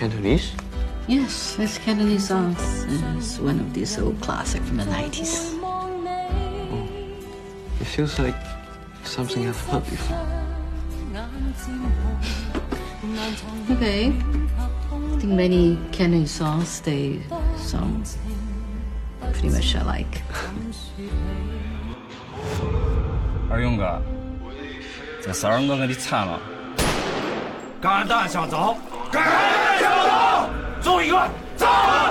Cantonese? Yes, this Cantonese song is one of these old classics from the 90s. Oh, it feels like something I've heard before. Okay. I think many Cantonese songs, they sound pretty much alike. 二勇哥，这少儿我跟你唱了。 敢胆想走，敢胆想走，走一个，走！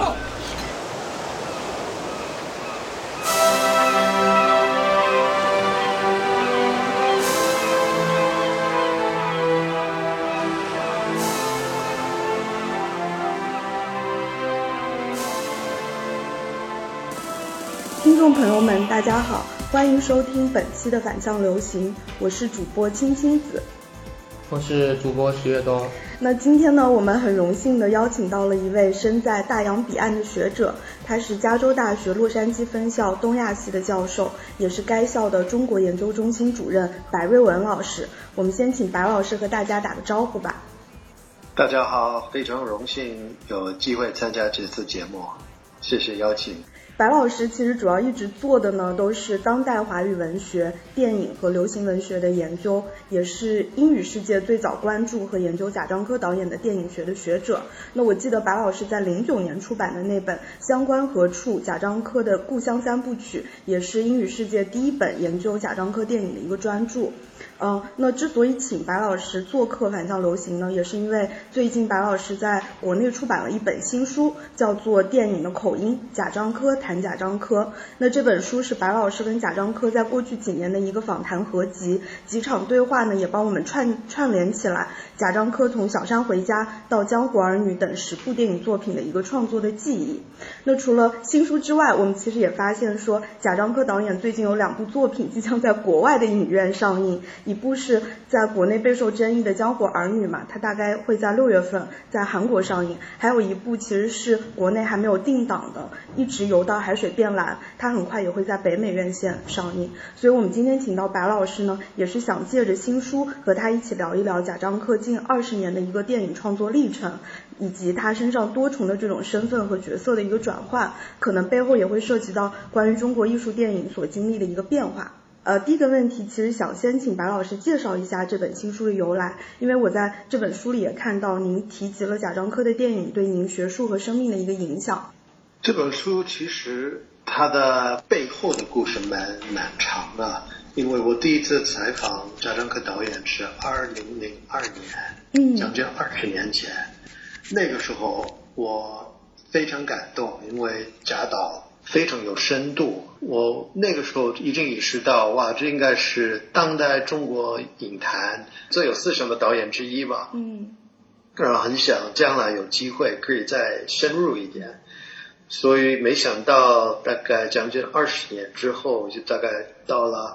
听众朋友们，大家好，欢迎收听本期的反向流行，我是主播青青子， 我是主播徐月东。 那今天呢，我们很荣幸的邀请到了一位身在大洋彼岸的学者，他是加州大学洛杉矶分校东亚系的教授，也是该校的中国研究中心主任白瑞文老师。我们先请白老师和大家打个招呼吧。 大家好，非常荣幸有机会参加这次节目，谢谢邀请。 白老师其实主要一直做的呢，都是当代华语文学、电影和流行文学的研究，也是英语世界最早关注和研究贾樟柯导演的电影学的学者。那我记得白老师在09年出版的那本《相关何处：贾樟柯的故乡三部曲》，也是英语世界第一本研究贾樟柯电影的一个专著。那之所以请白老师做客反向流行呢，也是因为最近白老师在国内出版了一本新书，叫做《电影的口音：贾樟柯谈贾樟柯》。那这本书是白老师跟贾樟柯在过去几年的一个访谈合集，几场对话呢也帮我们串联起来贾樟柯从《小山回家》到《江湖儿女》等10部电影作品的一个创作的记忆。那除了新书之外，我们其实也发现说贾樟柯导演最近有2部作品即将在国外的影院上映，一部是在国内备受争议的《江湖儿女》嘛，它大概会在6月份在韩国上映，还有一部其实是国内还没有定档的，一直游到海水变蓝，它很快也会在北美院线上映。所以我们今天请到白老师呢，也是想借着新书和他一起聊一聊贾樟柯近20年的一个电影创作历程，以及他身上多重的这种身份和角色的一个转换，可能背后也会涉及到关于中国艺术电影所经历的一个变化。第一个问题其实想先请白老师介绍一下这本新书的由来，因为我在这本书里也看到您提及了贾樟柯的电影对您学术和生命的一个影响。 这本书其实它的背后的故事蛮长的，因为我第一次采访贾樟柯导演是2002年，将近20年前。那个时候我非常感动，因为贾导非常有深度，我那个时候已经意识到，哇，这应该是当代中国影坛最有思想的导演之一吧。然后很想将来有机会可以再深入一点，所以没想到大概将近20年之后，就大概到了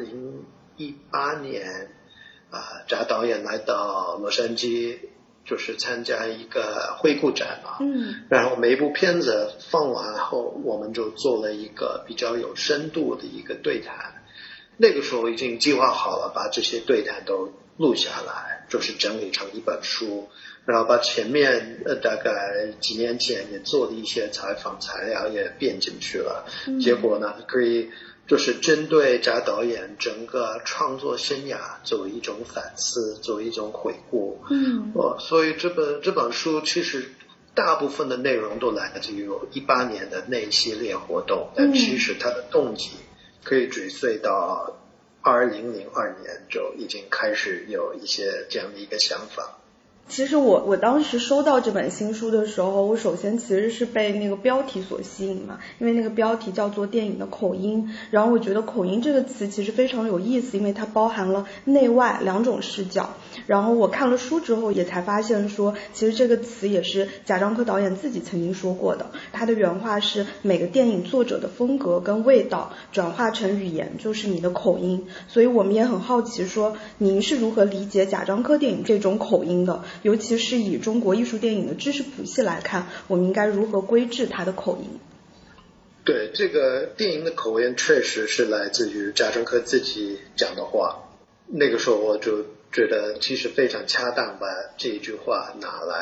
2018年，贾导演来到洛杉矶，就是参加一个回顾展嘛，然后每一部片子放完后，我们就做了一个比较有深度的一个对谈。那个时候已经计划好了，把这些对谈都录下来，就是整理成一本书，然后把前面大概几年前也做的一些采访材料也编进去了。结果呢，可以就是针对贾导演整个创作生涯作为一种反思，作为一种回顾。所以这本书其实大部分的内容都来自于18年的那一系列活动，但其实它的动机可以追溯到2002年就已经开始有一些这样的一个想法。 其实我当时收到这本新书的时候，我首先其实是被那个标题所吸引嘛，因为那个标题叫做电影的口音，然后我觉得口音这个词其实非常有意思，因为它包含了内外2种视角。然后我看了书之后也才发现说，其实这个词也是贾樟柯导演自己曾经说过的，他的原话是每个电影作者的风格跟味道转化成语言就是你的口音。所以我们也很好奇说，您是如何理解贾樟柯电影这种口音的，尤其是以中国艺术电影的知识谱系来看，我们应该如何规制它的口音？ 对，这个电影的口音确实是来自于贾樟柯自己讲的话。那个时候我就觉得其实非常恰当把这一句话拿来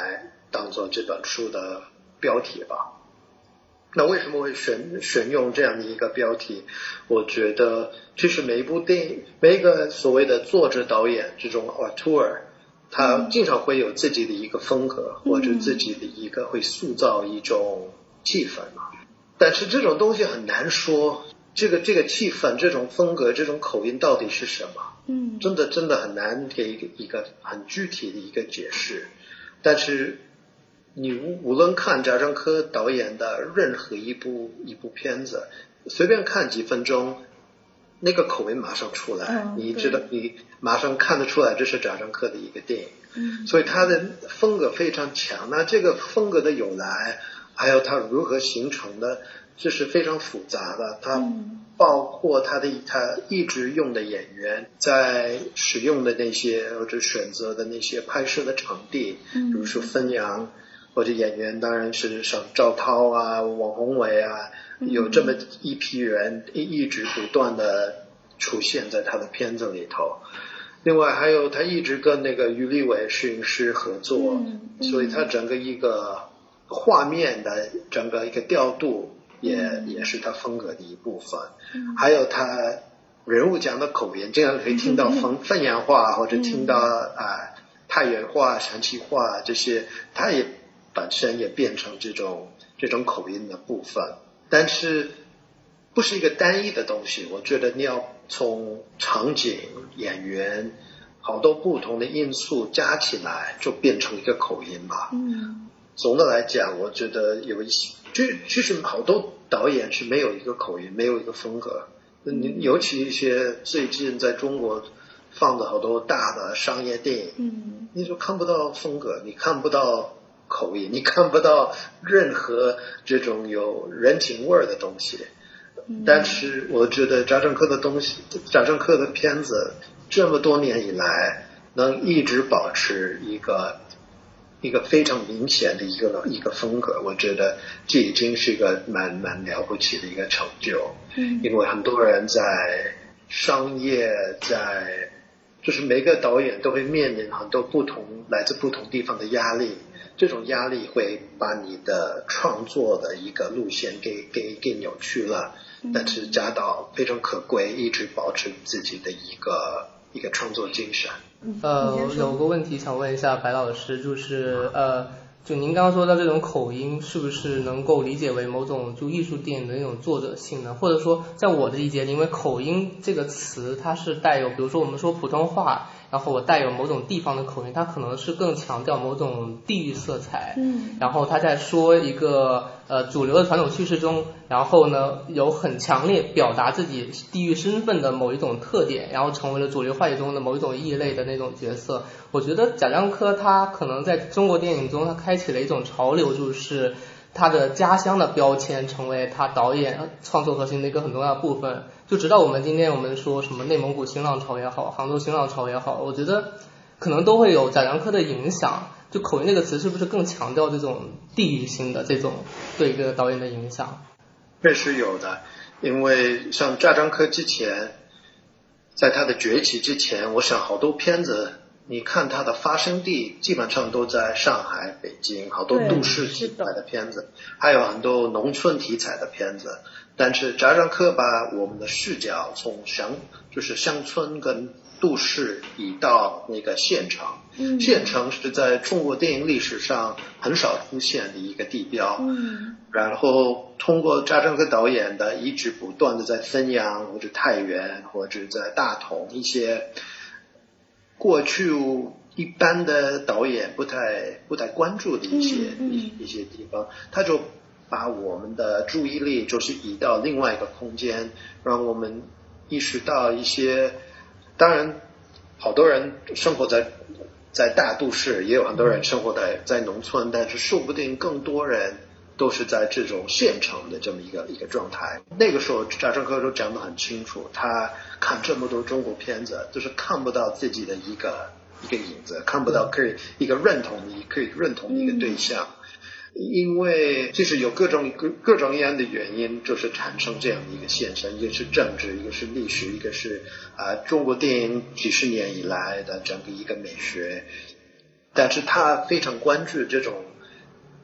当做这本书的标题吧。那为什么会选用这样的一个标题？我觉得其实每一部电影，每一个所谓的作者导演这种 auteur， 他经常会有自己的一个风格，或者自己的一个会塑造一种气氛嘛。但是这种东西很难说，这个气氛、这种风格、这种口音到底是什么？真的很难给一个很具体的一个解释。但是你无论看贾樟柯导演的任何一部片子，随便看几分钟，那个口音马上出来，你知道，你马上看得出来这是贾樟柯的一个电影。所以他的风格非常强。那这个风格的由来，还有它如何形成的，这是非常复杂的。它包括他一直用的演员，在使用的那些或者选择的那些拍摄的场地，比如说汾阳，或者演员当然是像赵涛啊、王宏伟啊，有这么一批人一直不断的出现在他的片子里头。另外还有他一直跟那个于立伟摄影师合作，所以他整个一个画面的整个一个调度也是他风格的一部分。还有他人物讲的口音，经常可以听到汾阳话，或者听到太原话、陕西话这些，他也本身也变成这种口音的部分。但是不是一个单一的东西，我觉得你要从场景、演员好多不同的因素加起来，就变成一个口音吧。总的来讲，我觉得有一些，其实好多导演是没有一个口音，没有一个风格。尤其一些最近在中国放的好多大的商业电影，你就看不到风格，你看不到口音，你看不到任何这种有人情味的东西。但是我觉得贾樟柯的片子这么多年以来能一直保持一个非常明显的一个风格，我觉得这已经是一个蛮了不起的一个成就。因为很多人在商业，就是每个导演都会面临很多来自不同地方的压力，这种压力会把你的创作的一个路线给扭曲了。但是贾导非常可贵，一直保持自己的一个创作精神。 有个问题想问一下白老师，就您刚刚说到这种口音，是不是能够理解为某种就艺术电影的那种作者性呢？或者说，在我的理解里，因为口音这个词它是带有，比如说我们说普通话，然后我带有某种地方的口音，它可能是更强调某种地域色彩。然后他在说一个主流的传统叙事中，然后呢有很强烈表达自己地域身份的某一种特点，然后成为了主流话语中的某一种异类的那种角色。我觉得贾樟柯他可能在中国电影中，他开启了一种潮流，就是他的家乡的标签成为他导演创作核心的一个很重要的部分。就直到我们今天我们说什么内蒙古新浪潮也好，杭州新浪潮也好，我觉得可能都会有贾樟柯的影响。就口音这个词是不是更强调这种地域性的这种对一个导演的影响？ 这是有的，因为像贾樟柯之前，在他的崛起之前，我想好多片子你看他的发生地基本上都在上海、北京，好多都市题材的片子，还有很多农村题材的片子。但是贾樟柯把我们的视角从就是乡村跟都市移到那个县城。县城是在中国电影历史上很少出现的一个地标。然后通过贾樟柯导演的一直不断的在汾阳或者太原或者在大同一些过去一般的导演不太关注的一些地方，他就把我们的注意力就是移到另外一个空间，让我们意识到一些，当然好多人生活在大都市，也有很多人生活在农村，但是说不定更多人都是在这种县城的这么一个状态。那个时候贾樟柯都讲得很清楚，他看这么多中国片子，就是看不到自己的一个影子，看不到可以认同的一个对象。因为其实有各种各样的原因，就是产生这样的一个现象，一个是政治，一个是历史，一个是中国电影几十年以来的整个一个美学。但是他非常关注这种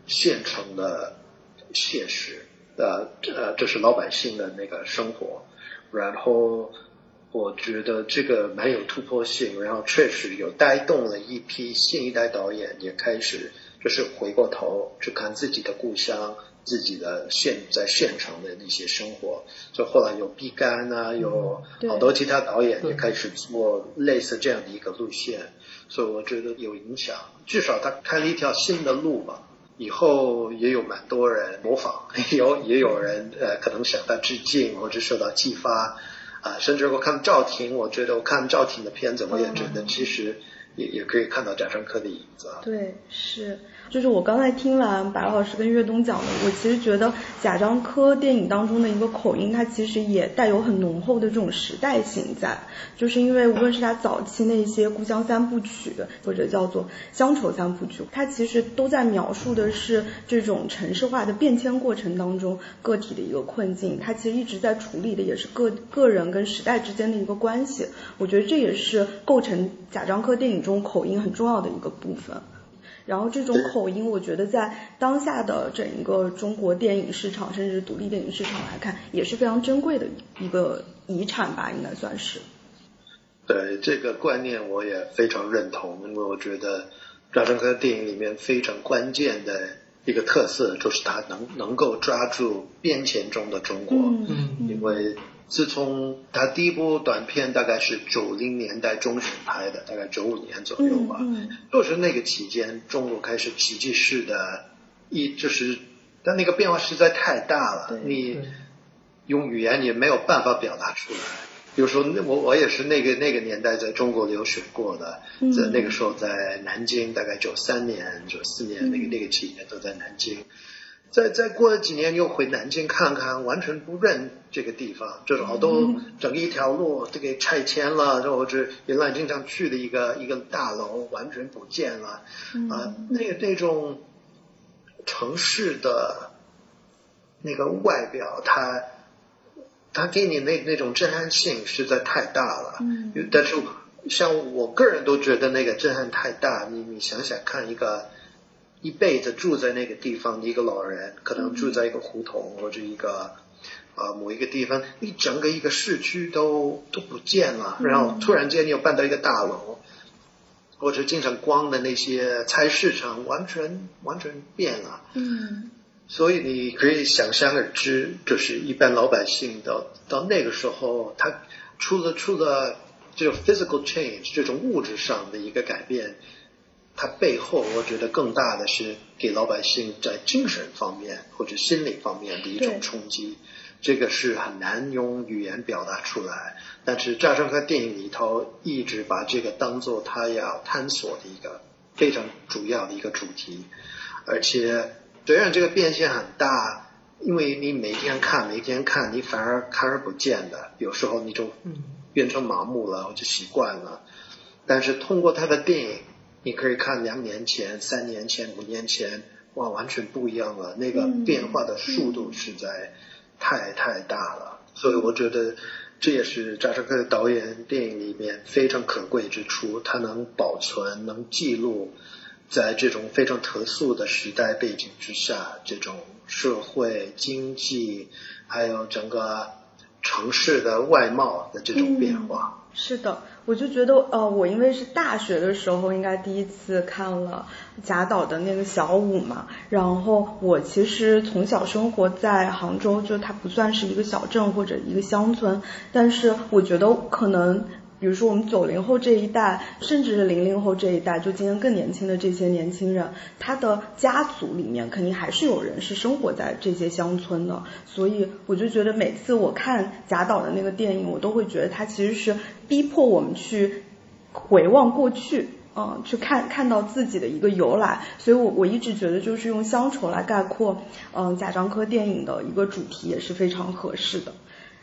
现成的现实，这是老百姓的那个生活。然后我觉得这个蛮有突破性，然后确实有带动了一批新一代导演也开始就是回过头去看自己的故乡，自己的在县城的那些生活。所以后来有毕赣啊，有好多其他导演也开始做类似这样的一个路线，所以我觉得有影响，至少他开了一条新的路吧。以后也有蛮多人模仿，也有人可能向他致敬或者受到启发甚至我看赵婷，我觉得我看赵婷的片子，我也觉得其实也可以看到贾樟柯的影子。 对，是，就是我刚才听完白老师跟岳东讲的，我其实觉得贾樟柯电影当中的一个口音，它其实也带有很浓厚的这种时代性在，就是因为无论是他早期那些故乡三部曲或者叫做乡愁三部曲，它其实都在描述的是这种城市化的变迁过程当中个体的一个困境，它其实一直在处理的也是个人跟时代之间的一个关系。我觉得这也是构成贾樟柯电影中口音很重要的一个部分。然后这种口音我觉得在当下的整一个中国电影市场甚至独立电影市场来看也是非常珍贵的一个遗产吧，应该算是。 对，这个观念我也非常认同，因为我觉得贾樟柯电影里面非常关键的一个特色就是他能够抓住变迁中的中国。因为自从他第一部短片大概是90年代中旬拍的，大概95年左右吧，就是那个期间中国开始奇迹式的但那个变化实在太大了，你用语言也没有办法表达出来。比如说我也是那个年代在中国留学过的，在那个时候在南京，大概93年94年那个期间都在南京。再过了几年又回南京看看，完全不认这个地方，就是好多整个一条路都给拆迁了，或者原来经常去的一个大楼完全不见了。那种城市的那个外表，它给你那种震撼性实在太大了。但是像我个人都觉得那个震撼太大，你想想看，一辈子住在那个地方的一个老人，可能住在一个胡同或者某一个地方，一整个一个市区都不见了，然后突然间又搬到一个大楼，或者经常逛的那些菜市场完全变了。所以你可以想象而知，就是一般老百姓到那个时候，他除了这种 physical change 这种物质上的一个改变，它背后我觉得更大的是给老百姓在精神方面或者心理方面的一种冲击，这个是很难用语言表达出来。但是贾樟柯电影里头一直把这个当作他要探索的一个非常主要的一个主题。而且虽然这个变现很大，因为你每天看你反而看而不见的，有时候你就变成麻木了或者习惯了。但是通过他的电影，你可以看2年前、3年前、5年前，哇，完全不一样了，那个变化的速度实在太大了。所以我觉得这也是贾樟柯导演电影里面非常可贵之处，他能保存、能记录在这种非常特殊的时代背景之下，这种社会经济还有整个城市的外貌的这种变化。 是的，我就觉得我因为是大学的时候应该第一次看了贾导的那个小五嘛，然后我其实从小生活在杭州，就它不算是一个小镇或者一个乡村，但是我觉得可能比如说我们90后这一代，甚至是00后这一代，就今年更年轻的这些年轻人，他的家族里面肯定还是有人是生活在这些乡村的。所以我就觉得每次我看贾导的那个电影，我都会觉得他其实是逼迫我们去回望过去，去看到自己的一个由来。所以我一直觉得就是用乡愁来概括贾樟柯电影的一个主题也是非常合适的。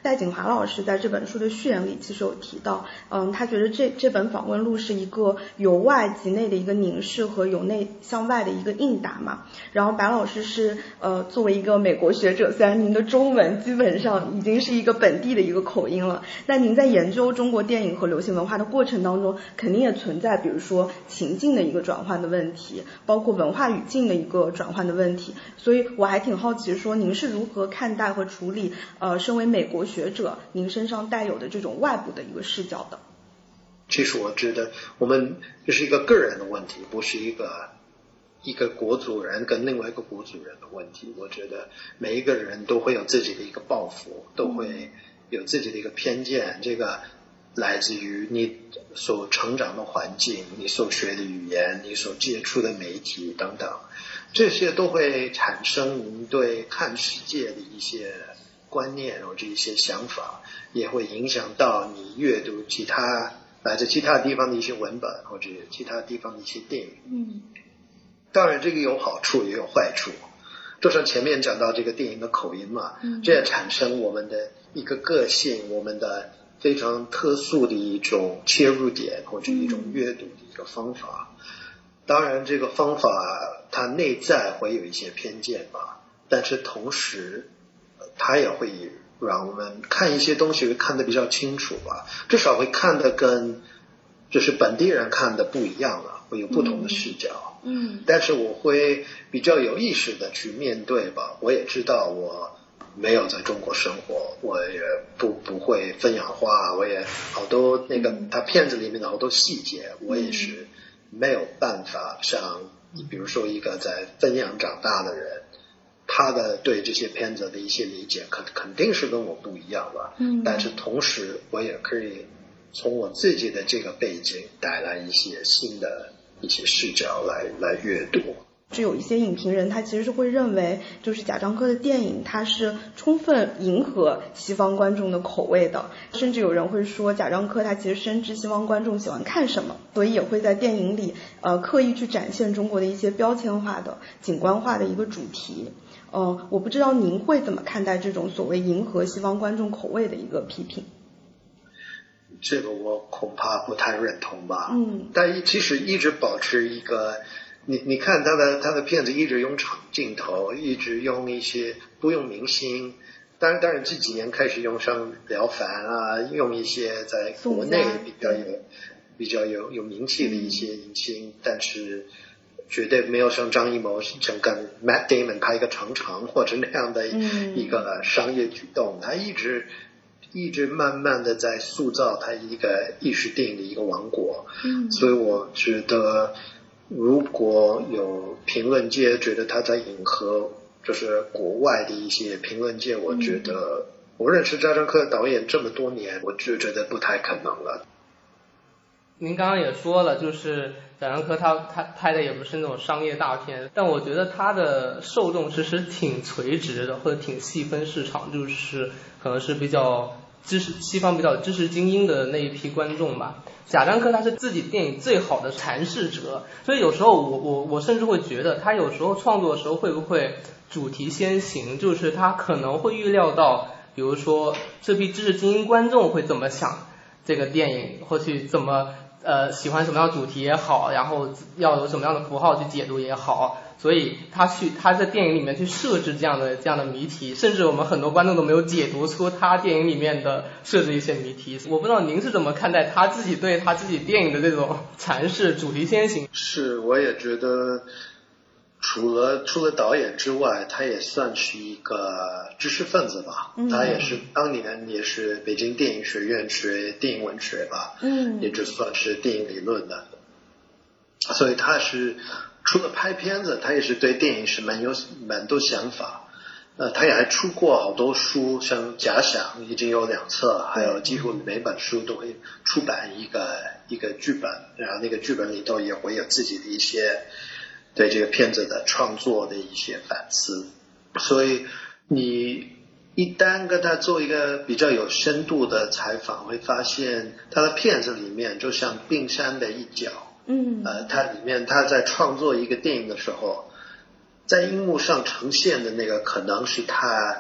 戴锦华老师在这本书的序言里其实有提到，他觉得这本访问录是一个由外及内的一个凝视和由内向外的一个应答嘛。然后白老师是作为一个美国学者，虽然您的中文基本上已经是一个本地的一个口音了，但您在研究中国电影和流行文化的过程当中，肯定也存在比如说情境的一个转换的问题，包括文化语境的一个转换的问题。所以我还挺好奇说您是如何看待和处理身为美国学者您身上带有的这种外部的一个视角的。 其实我觉得我们这是一个个人的问题，不是一个国族人跟另外一个国族人的问题。我觉得每一个人都会有自己的一个抱负，都会有自己的一个偏见，这个来自于你所成长的环境，你所学的语言，你所接触的媒体等等，这些都会产生您对看世界的一些观念或者一些想法，也会影响到你阅读来自其他地方的一些文本或者其他地方的一些电影。当然这个有好处也有坏处，就像前面讲到这个电影的口音嘛，这也产生我们的一个个性，我们的非常特殊的一种切入点或者一种阅读的一个方法。当然这个方法它内在会有一些偏见吧，但是同时它也会让我们看一些东西会看得比较清楚吧，至少会看得跟就是本地人看的不一样了，会有不同的视角。但是我会比较有意识的去面对吧，我也知道我没有在中国生活，我也不会分养花，我也好多那个他片子里面的好多细节我也是没有办法像比如说一个在分养长大的人，他的对这些片子的一些理解肯定是跟我不一样吧。但是同时我也可以从我自己的这个背景带来一些新的一些视角来阅读。 是有一些影评人他其实是会认为就是贾樟柯的电影它是充分迎合西方观众的口味的，甚至有人会说贾樟柯他其实深知西方观众喜欢看什么，所以也会在电影里刻意去展现中国的一些标签化的景观化的一个主题。我不知道您会怎么看待这种所谓迎合西方观众口味的一个批评。 这个我恐怕不太认同吧。但其实一直保持一个你看他的片子一直用长镜头，一直用一些不用明星，当然这几年开始用上廖凡啊，用一些在国内比较有名气的一些明星，但是绝对没有像张艺谋想跟 Matt Damon 拍一个长城或者那样的一个商业举动。他一直慢慢的在塑造他一个艺术电影的一个王国。所以我觉得如果有评论界觉得他在迎合就是国外的一些评论界，我觉得我认识贾樟柯导演这么多年，我就觉得不太可能了。 您刚刚也说了，就是贾樟柯他拍的也不是那种商业大片，但我觉得他的受众其实挺垂直的，或者挺细分市场，就是可能是比较西方比较知识精英的那一批观众吧。贾樟柯他是自己电影最好的阐释者，所以有时候我甚至会觉得他有时候创作的时候会不会主题先行，就是他可能会预料到比如说这批知识精英观众会怎么想这个电影，或许怎么喜欢什么样的主题也好，然后要有什么样的符号去解读也好，所以他在电影里面去设置这样的谜题，甚至我们很多观众都没有解读出他电影里面的设置一些谜题。我不知道您是怎么看待他自己对他自己电影的这种阐释主题先行。 是，我也觉得除了导演之外，他也算是一个知识分子吧。他也是当年也是北京电影学院学电影文学吧。也就算是电影理论的。所以他是除了拍片子，他也是对电影是蛮多想法。他也还出过好多书，像假想已经有2册，还有几乎每本书都会出版一个剧本，然后那个剧本里头也会有自己的一些对这个片子的创作的一些反思。所以你一旦跟他做一个比较有深度的采访，会发现他的片子里面就像冰山的一角。他里面他在创作一个电影的时候，在荧幕上呈现的那个可能是他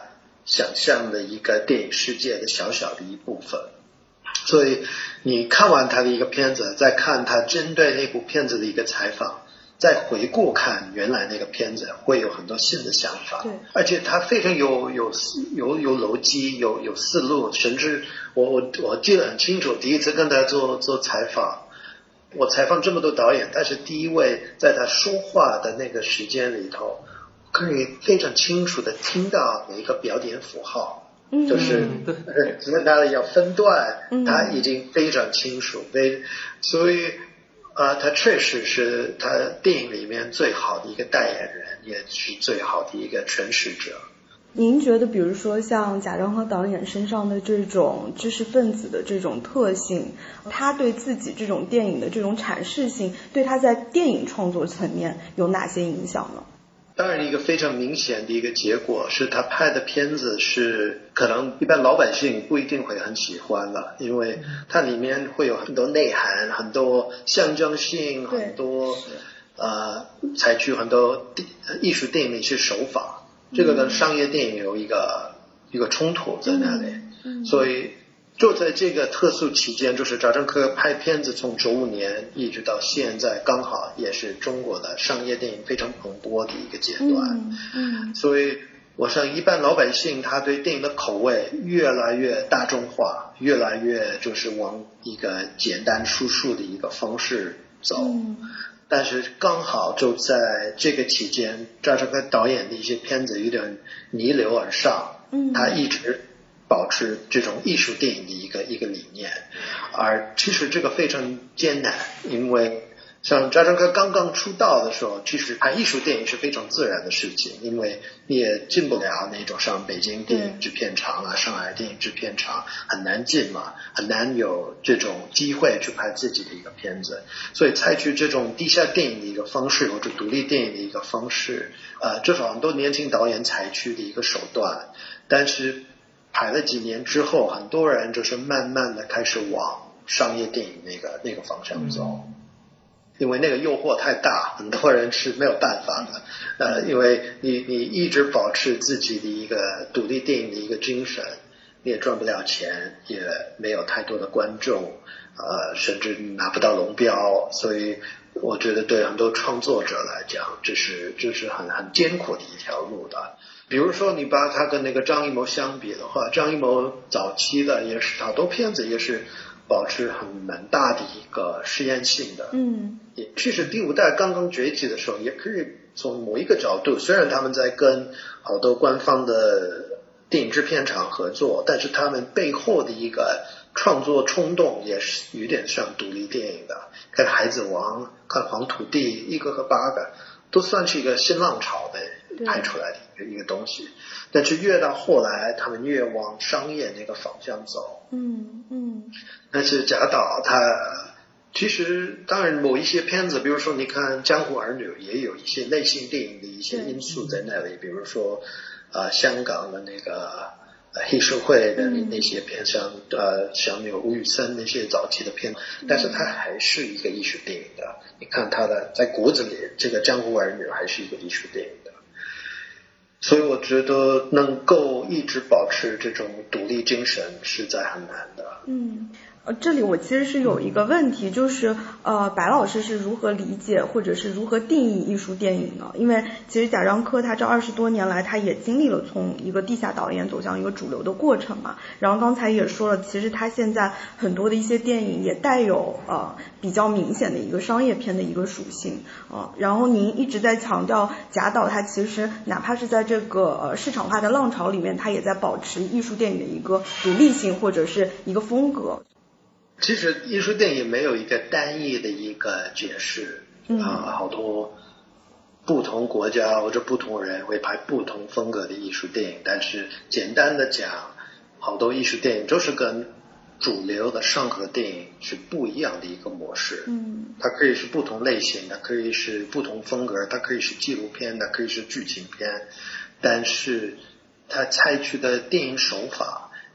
想象的一个电影世界的小小的一部分。所以你看完他的一个片子，再看他针对那部片子的一个采访，再回顾看原来那个片子，会有很多新的想法。 对， 而且他非常有逻辑，有思路，甚至我记得很清楚，第一次跟他做采访，我采访这么多导演，但是第一位在他说话的那个时间里头，可以非常清楚的听到每一个标点符号。就是他要分段，他已经非常清楚，所以他确实是他电影里面最好的一个代言人，也是最好的一个诠释者。 您觉得比如说像贾樟柯导演身上的这种知识分子的这种特性，他对自己这种电影的这种阐释性，对他在电影创作层面有哪些影响呢？ 当然一个非常明显的一个结果是他拍的片子是可能一般老百姓不一定会很喜欢了，因为它里面会有很多内涵，很多象征性，很多采取很多艺术电影的一些手法，这个跟商业电影有一个冲突在那里。所以就在这个特殊期间，就是贾樟柯拍片子从95年一直到现在，刚好也是中国的商业电影非常蓬勃的一个阶段。所以我想一般老百姓他对电影的口味越来越大众化，越来越就是往一个简单输出的一个方式走。但是刚好就在这个期间，贾樟柯导演的一些片子有点逆流而上，他一直保持这种艺术电影的一个理念，而其实这个非常艰难，因为像贾樟柯刚刚出道的时候，其实拍艺术电影是非常自然的事情，因为你也进不了那种像北京电影制片厂啊、上海电影制片厂，很难进嘛，很难有这种机会去拍自己的一个片子，所以采取这种地下电影的一个方式，或者独立电影的一个方式，这是很多年轻导演采取的一个手段，但是拍了几年之后，很多人就是慢慢的开始往商业电影那个方向走，因为那个诱惑太大，很多人是没有办法的。因为你一直保持自己的一个独立电影的一个精神，你也赚不了钱，也没有太多的观众，甚至拿不到龙标，所以我觉得对很多创作者来讲，这是很艰苦的一条路的。比如说你把他跟那个张艺谋相比的话，张艺谋早期的也是好多片子也是保持蛮大的一个实验性的。其实第五代刚刚崛起的时候，也可以从某一个角度，虽然他们在跟好多官方的电影制片厂合作，但是他们背后的一个创作冲动也是有点像独立电影的。看《孩子王》，看《黄土地》，一个和八个都算是一个新浪潮的拍出来的一个东西，但是越到后来他们越往商业那个方向走。但是贾导他其实当然某一些片子，比如说你看《江湖儿女》，也有一些类型电影的一些因素在那里，比如说香港的那个黑社会的那些片，像那个吴宇森那些早期的片，但是它还是一个艺术电影的。你看它的在骨子里，这个《江湖儿女》还是一个艺术电影的。所以我觉得能够一直保持这种独立精神实在很难的。 这里我其实是有一个问题，就是白老师是如何理解或者是如何定义艺术电影呢？因为其实贾樟柯他这20多年来，他也经历了从一个地下导演走向一个主流的过程嘛。然后刚才也说了，其实他现在很多的一些电影也带有比较明显的一个商业片的一个属性然后您一直在强调贾导他其实哪怕是在这个市场化的浪潮里面，他也在保持艺术电影的一个独立性或者是一个风格。 其实艺术电影没有一个单一的一个解释好多不同国家或者不同人会拍不同风格的艺术电影，但是简单的讲，好多艺术电影就是跟主流的商业电影是不一样的一个模式。它可以是不同类型的，可以是不同风格，它可以是纪录片的，可以是剧情片，但是它采取的电影手法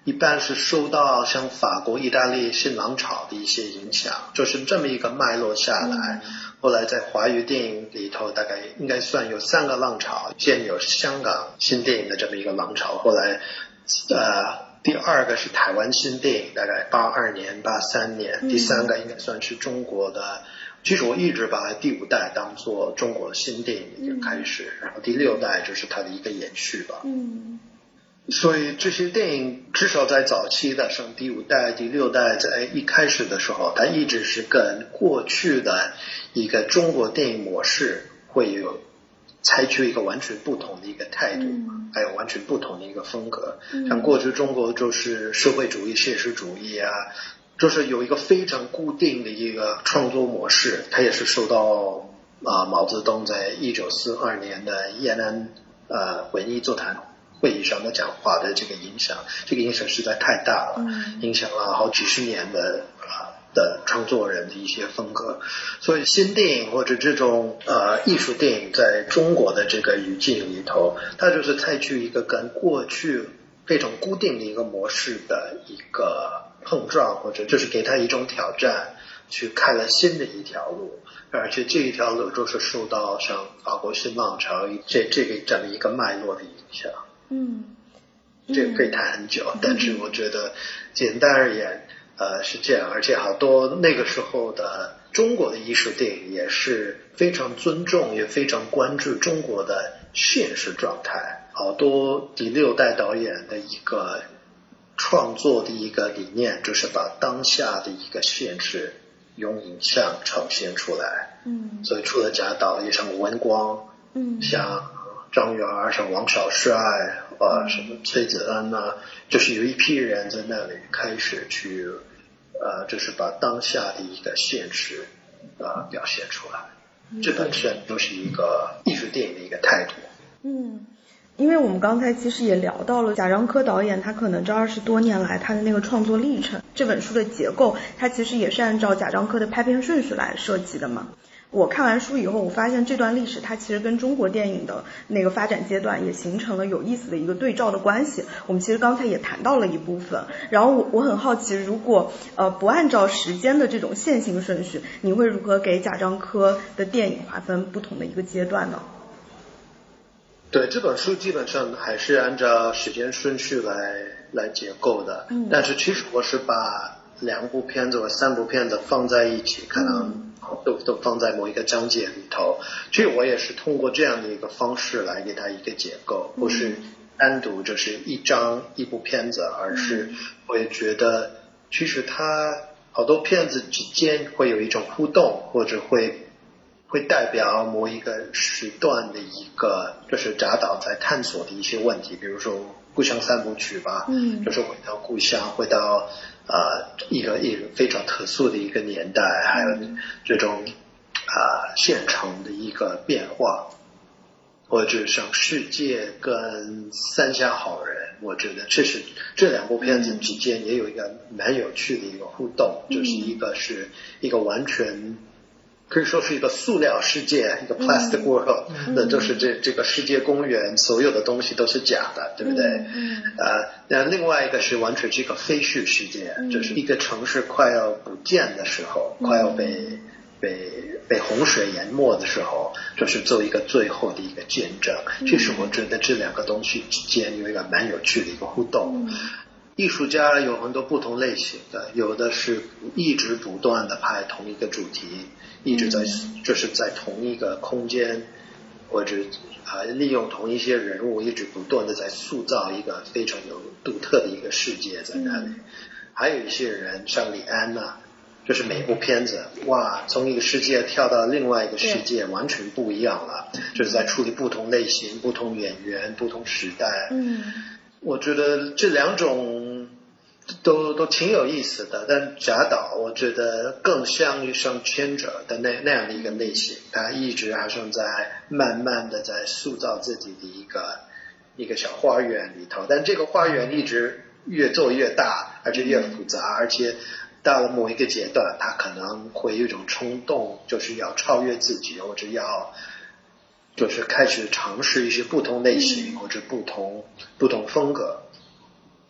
一般是受到像法国、意大利新浪潮的一些影响，就是这么一个脉络下来。后来在华语电影里头，大概应该算有3个浪潮，先有香港新电影的这么一个浪潮，后来第2个是台湾新电影，大概82年、83年，第3个应该算是中国的。其实我一直把第5代当作中国新电影的一个开始，然后第6代就是它的一个延续吧。所以这些电影至少在早期的像第5代、第6代，在一开始的时候，它一直是跟过去的一个中国电影模式会有采取一个完全不同的一个态度，还有完全不同的一个风格。像过去中国就是社会主义、写实主义啊，就是有一个非常固定的一个创作模式，它也是受到毛泽东在1942年的延安文艺座谈会议上的讲话的这个影响，这个影响实在太大了，影响了好几十年的创作人的一些风格。所以新电影或者这种艺术电影在中国的这个语境里头，它就是采取一个跟过去非常固定的一个模式的一个碰撞，或者就是给它一种挑战，去开了新的一条路，而且这一条路就是受到像法国新浪潮这么一个脉络的影响。这个可以谈很久，但是我觉得简单而言是这样。而且好多那个时候的中国的艺术电影也是非常尊重也非常关注中国的现实状态。好多第6代导演的一个创作的一个理念，就是把当下的一个现实用影像呈现出来。所以除了贾导，也像文光，像张元，像王小帅，什么崔子恩啊，就是有一批人在那里开始去，就是把当下的一个现实表现出来。这本身就是一个艺术电影的一个态度。 因为我们刚才其实也聊到了贾樟柯导演他可能这20多年来他的那个创作历程，这本书的结构它其实也是按照贾樟柯的拍片顺序来设计的嘛。我看完书以后，我发现这段历史它其实跟中国电影的那个发展阶段也形成了有意思的一个对照的关系。我们其实刚才也谈到了一部分，然后我很好奇，如果不按照时间的这种线性顺序，你会如何给贾樟柯的电影划分不同的一个阶段呢？ 对，这本书基本上还是按照时间顺序来结构的，但是其实我是把2部片子或3部片子放在一起，可能都放在某一个章节里头。其实我也是通过这样的一个方式来给它一个结构，不是单独就是一部片子，而是我也觉得其实它好多片子之间会有一种互动，或者会代表某一个时段的一个就是贾导在探索的一些问题。比如说故乡3部曲吧，就是回到故乡，回到一个非常特殊的一个年代，还有这种县城的一个变化，或者像世界跟三峡好人，我觉得这2部片子之间也有一个蛮有趣的一个互动，就是一个是一个完全可以说是一个塑料世界，一个 plastic world，那就是这个世界公园所有的东西都是假的，对不对？那另外一个是完全是一个非虚世界，就是一个城市快要不见的时候，快要被洪水淹没的时候，就是做一个最后的一个见证。其实我觉得这2个东西之间有一个蛮有趣的一个互动。艺术家有很多不同类型的，有的是一直不断的拍同一个主题，一直就是在同一个空间，或者利用同一些人物，一直不断的在塑造一个非常有独特的一个世界在那里。还有一些人像李安呐，就是每部片子从一个世界跳到另外一个世界完全不一样了，就是在处理不同类型、不同演员、不同时代。我觉得这2种都挺有意思的，但贾导我觉得更像前者的那样的一个类型，他一直好像在慢慢的在塑造自己的一个小花园里头，但这个花园一直越做越大，而且越复杂，而且到了某一个阶段，他可能会有一种冲动，就是要超越自己，或者就是开始尝试一些不同类型或者不同风格。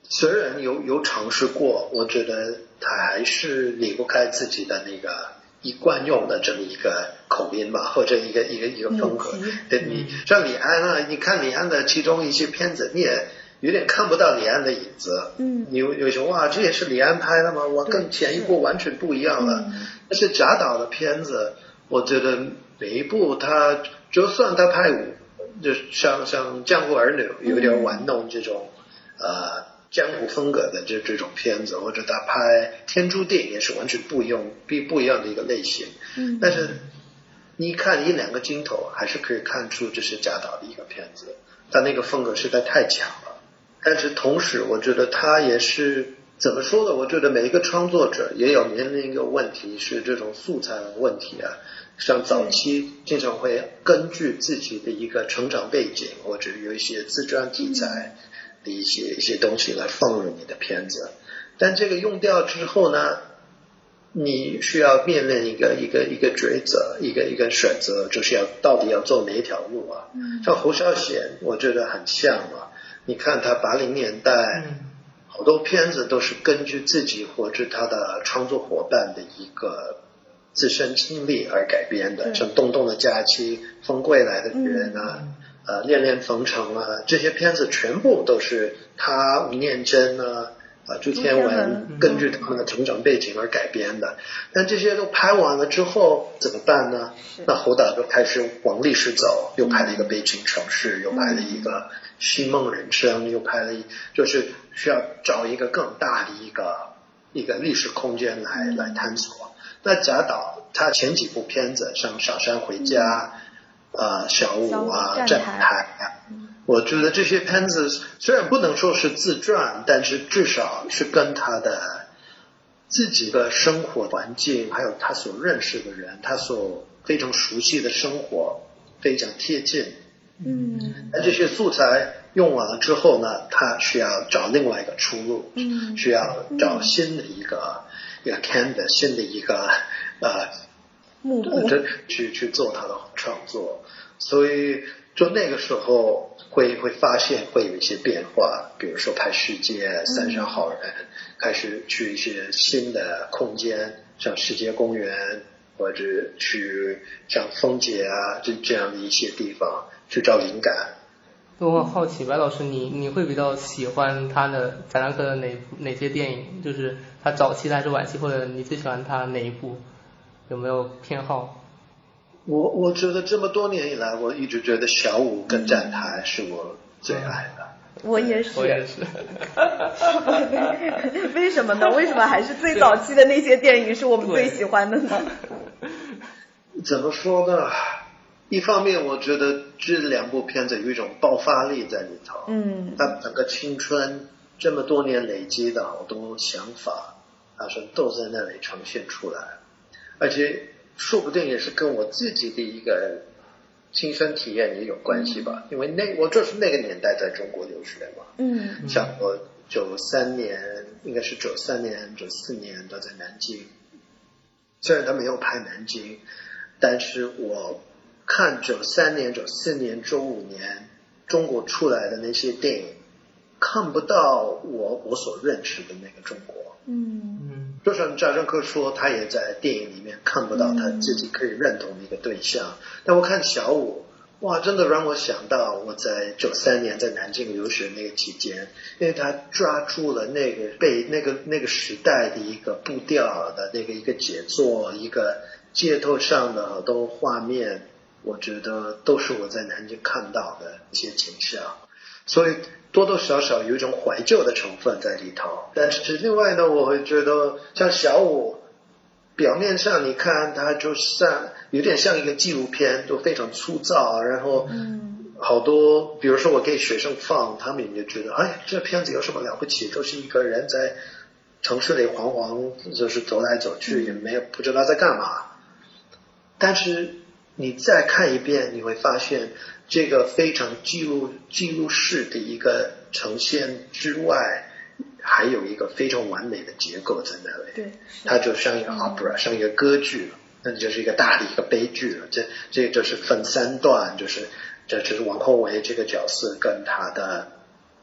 虽然有尝试过，我觉得他还是离不开自己的那个一贯用的这么一个口音吧，或者一个风格。对，你像李安啊，你看李安的其中一些片子，你也有点看不到李安的影子。你有时候哇，这也是李安拍的吗？我跟前一部完全不一样了。但是贾导的片子，我觉得每一部他就算他拍就像《江湖儿女》有点玩弄这种江湖风格的这种片子，或者他拍天珠电影也是完全不一样的一个类型。但是你看一两个镜头，还是可以看出这是贾导的一个片子，他那个风格实在太强了。但是同时，我觉得他也是怎么说呢？我觉得每一个创作者也有面临一个问题，是这种素材的问题啊。像早期经常会根据自己的一个成长背景，或者有一些自传题材的一些东西来放入你的片子，但这个用掉之后呢，你需要面临一个抉择，一个选择，就是到底要走哪一条路啊？像侯孝贤，我觉得很像啊。你看他80年代，好多片子都是根据自己或者他的创作伙伴的一个自身经历而改编的，像《洞洞的假期》、《风归来的女人》啊。恋恋风尘啊，这些片子全部都是他、吴念真啊、朱天文根据他们的成长背景而改编的。但这些都拍完了之后怎么办呢？那侯导就开始往历史走，又拍了一个《悲情城市》，又拍了一个《星梦人生》，又拍了就是需要找一个更大的一个历史空间来探索。那贾导他前几部片子，像《小山回家》小五啊，站台我觉得这些片子虽然不能说是自传，但是至少是跟他的自己的生活环境，还有他所认识的人，他所非常熟悉的生活非常贴近。那这些素材用完了之后呢，他需要找另外一个出路，需要找新的一个 canvas， 新的一个幕布去做他的创作。所以就那个时候会发现会有一些变化，比如说拍世界、三山好人，开始去一些新的空间，像世界公园，或者去像丰节啊这样的一些地方去找灵感。 我很好奇，白老师你会比较喜欢他的贾樟柯的哪些电影？就是他早期的还是晚期，或者你最喜欢他哪一部？有没有偏好？ 我觉得这么多年以来，我一直觉得小五跟站台是我最爱的。 我也是。 为什么呢？为什么还是最早期的那些电影是我们最喜欢的呢？ 怎么说呢？一方面我觉得这两部片子有一种爆发力在里头，他整个青春这么多年累积的好多想法，好像都在那里呈现出来，而且说不定也是跟我自己的一个亲身体验也有关系吧，因为我就是那个年代在中国留学嘛，像我93年，应该是93年、94年都在南京，虽然他没有拍南京，但是我看93年、94年、95年中国出来的那些电影，看不到我所认识的那个中国。就像贾樟柯说，他也在电影里面看不到他自己可以认同的一个对象。但我看小五，哇，真的让我想到我在93年在南京留学那个期间，因为他抓住了那个时代的一个步调的那个一个节奏，一个街头上的好多画面，我觉得都是我在南京看到的一些景象，所以多多少少有一种怀旧的成分在里头。但是另外呢，我会觉得像小五，表面上你看它就像有点像一个纪录片，都非常粗糙，然后好多比如说我给学生放，他们也觉得哎，这片子有什么了不起，都是一个人在城市里惶惶就是走来走去，也没有不知道在干嘛。但是你再看一遍，你会发现这个非常记录式的一个呈现之外，还有一个非常完美的结构在那里。对，它就像一个 opera， 像一个歌剧，那就是一个大的一个悲剧了。这就是分3段，这就是王宏伟这个角色跟他的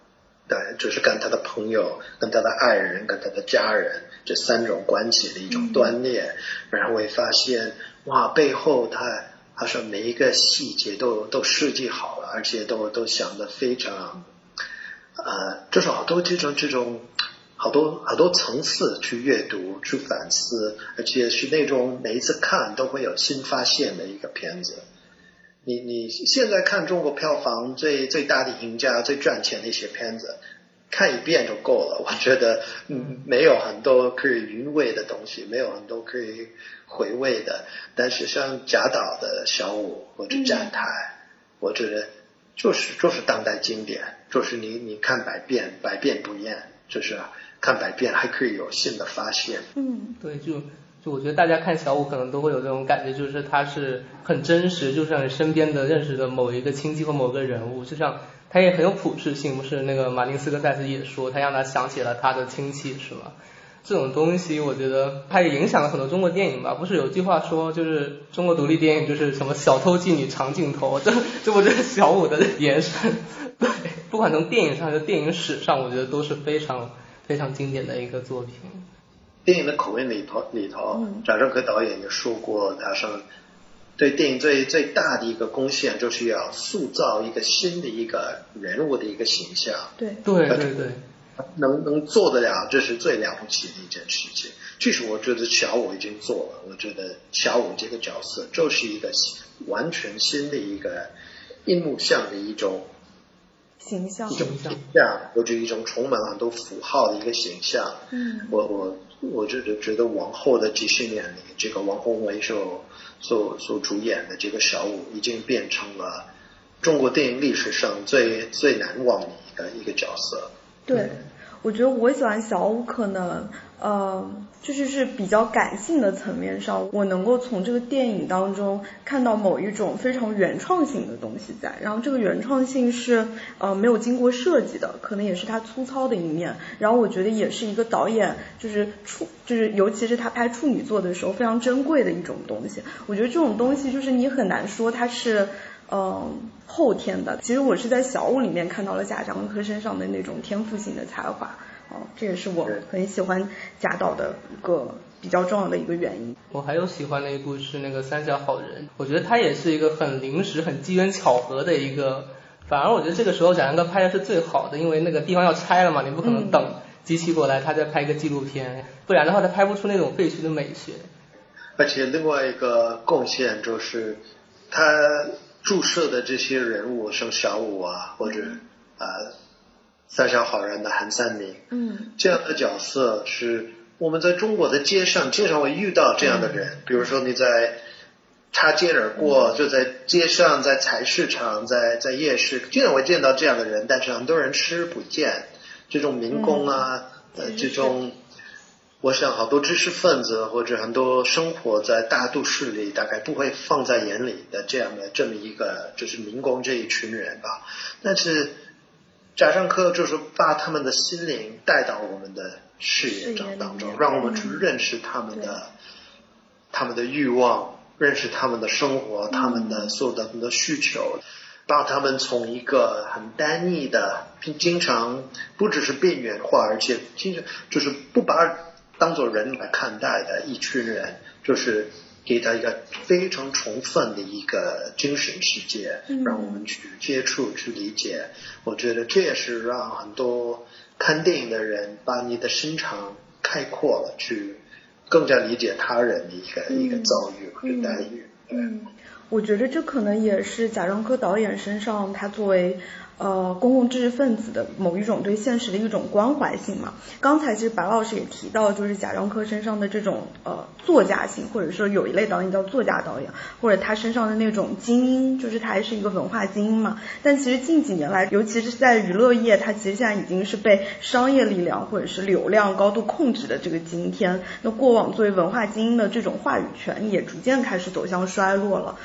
对，就是跟他的朋友、跟他的爱人、跟他的家人这三种关系的一种锻炼，然后会发现哇，背后他说每一个细节都设计好了，而且都想得非常就是好多这种好多层次去阅读、去反思，而且是那种每一次看都会有新发现的一个片子。你现在看中国票房最大的赢家、最赚钱的一些片子，看一遍就够了。我觉得没有很多可以云味的东西，没有很多可以回味的。但是像贾导的小五或者站台，我觉得就是当代经典，就是你看百遍不厌，就是看百遍还可以有新的发现。 对，就我觉得大家看小五可能都会有这种感觉，就是他是很真实，就像你身边的认识的某一个亲戚或某个人物，就像他也很有普适性，不是那个马丁斯科塞斯也说他让他想起了他的亲戚，是吗？这种东西我觉得它也影响了很多中国电影吧。不是有句话说就是中国独立电影就是什么小偷妓女长镜头，这不就是小五的延伸？对，不管从电影上还是电影史上，我觉得都是非常非常经典的一个作品。 电影的口味里头，贾樟柯导演也说过，他说对电影最大的一个贡献就是要塑造一个新的一个人物的一个形象。 对， 能做得了，这是最了不起的一件事情。其实我觉得小五已经做了，我觉得小五这个角色就是一个完全新的一个荧幕上的一种形象， 或者一种充满了很多符号的一个形象。我觉得往后的几十年里，这个王宏伟所主演的这个小五已经变成了中国电影历史上最难忘的一个角色。 对，我觉得我喜欢小五可能就是比较感性的层面上，我能够从这个电影当中看到某一种非常原创性的东西在，然后这个原创性是没有经过设计的，可能也是他粗糙的一面，然后我觉得也是一个导演就是尤其是他拍处女作的时候非常珍贵的一种东西。我觉得这种东西就是你很难说它是后天的，其实我是在小五里面看到了贾樟柯身上的那种天赋性的才华，这也是我很喜欢贾导的一个比较重要的一个原因。 我还有喜欢的一部是那个《三峡好人》，我觉得它也是一个很临时、很机缘巧合的一个，反而我觉得这个时候贾樟柯拍的是最好的，因为那个地方要拆了嘛，你不可能等机器过来他再拍一个纪录片，不然的话他拍不出那种废墟的美学。 而且另外一个贡献就是他注射的这些人物，像小五啊，或者三峡好人的韩三明，这样的角色是我们在中国的街上经常会遇到这样的人，比如说你在擦肩而过，就在街上、在菜市场、在夜市，经常会见到这样的人，但是很多人视而不见。这种民工啊，这种我想好多知识分子或者很多生活在大都市里大概不会放在眼里的这么一个就是民工这一群人吧。但是贾樟柯就是把他们的心灵带到我们的视野当中，让我们去认识他们的欲望，认识他们的生活，他们的所有的需求，把他们从一个很单一的经常不只是边缘化，而且经常就是不把当作人来看待的一群人，就是给他一个非常充分的一个精神世界，让我们去接触去理解。我觉得这也是让很多看电影的人把你的心肠开阔了，去更加理解他人的一个遭遇或者待遇。 我觉得这可能也是贾樟柯导演身上他作为公共知识分子的某一种对现实的一种关怀性嘛。刚才其实白老师也提到，就是贾樟柯身上的这种作家性，或者说有一类导演叫作家导演，或者他身上的那种精英，就是他还是一个文化精英嘛。但其实近几年来，尤其是在娱乐业，他其实现在已经是被商业力量或者是流量高度控制的这个今天，那过往作为文化精英的这种话语权也逐渐开始走向衰落了。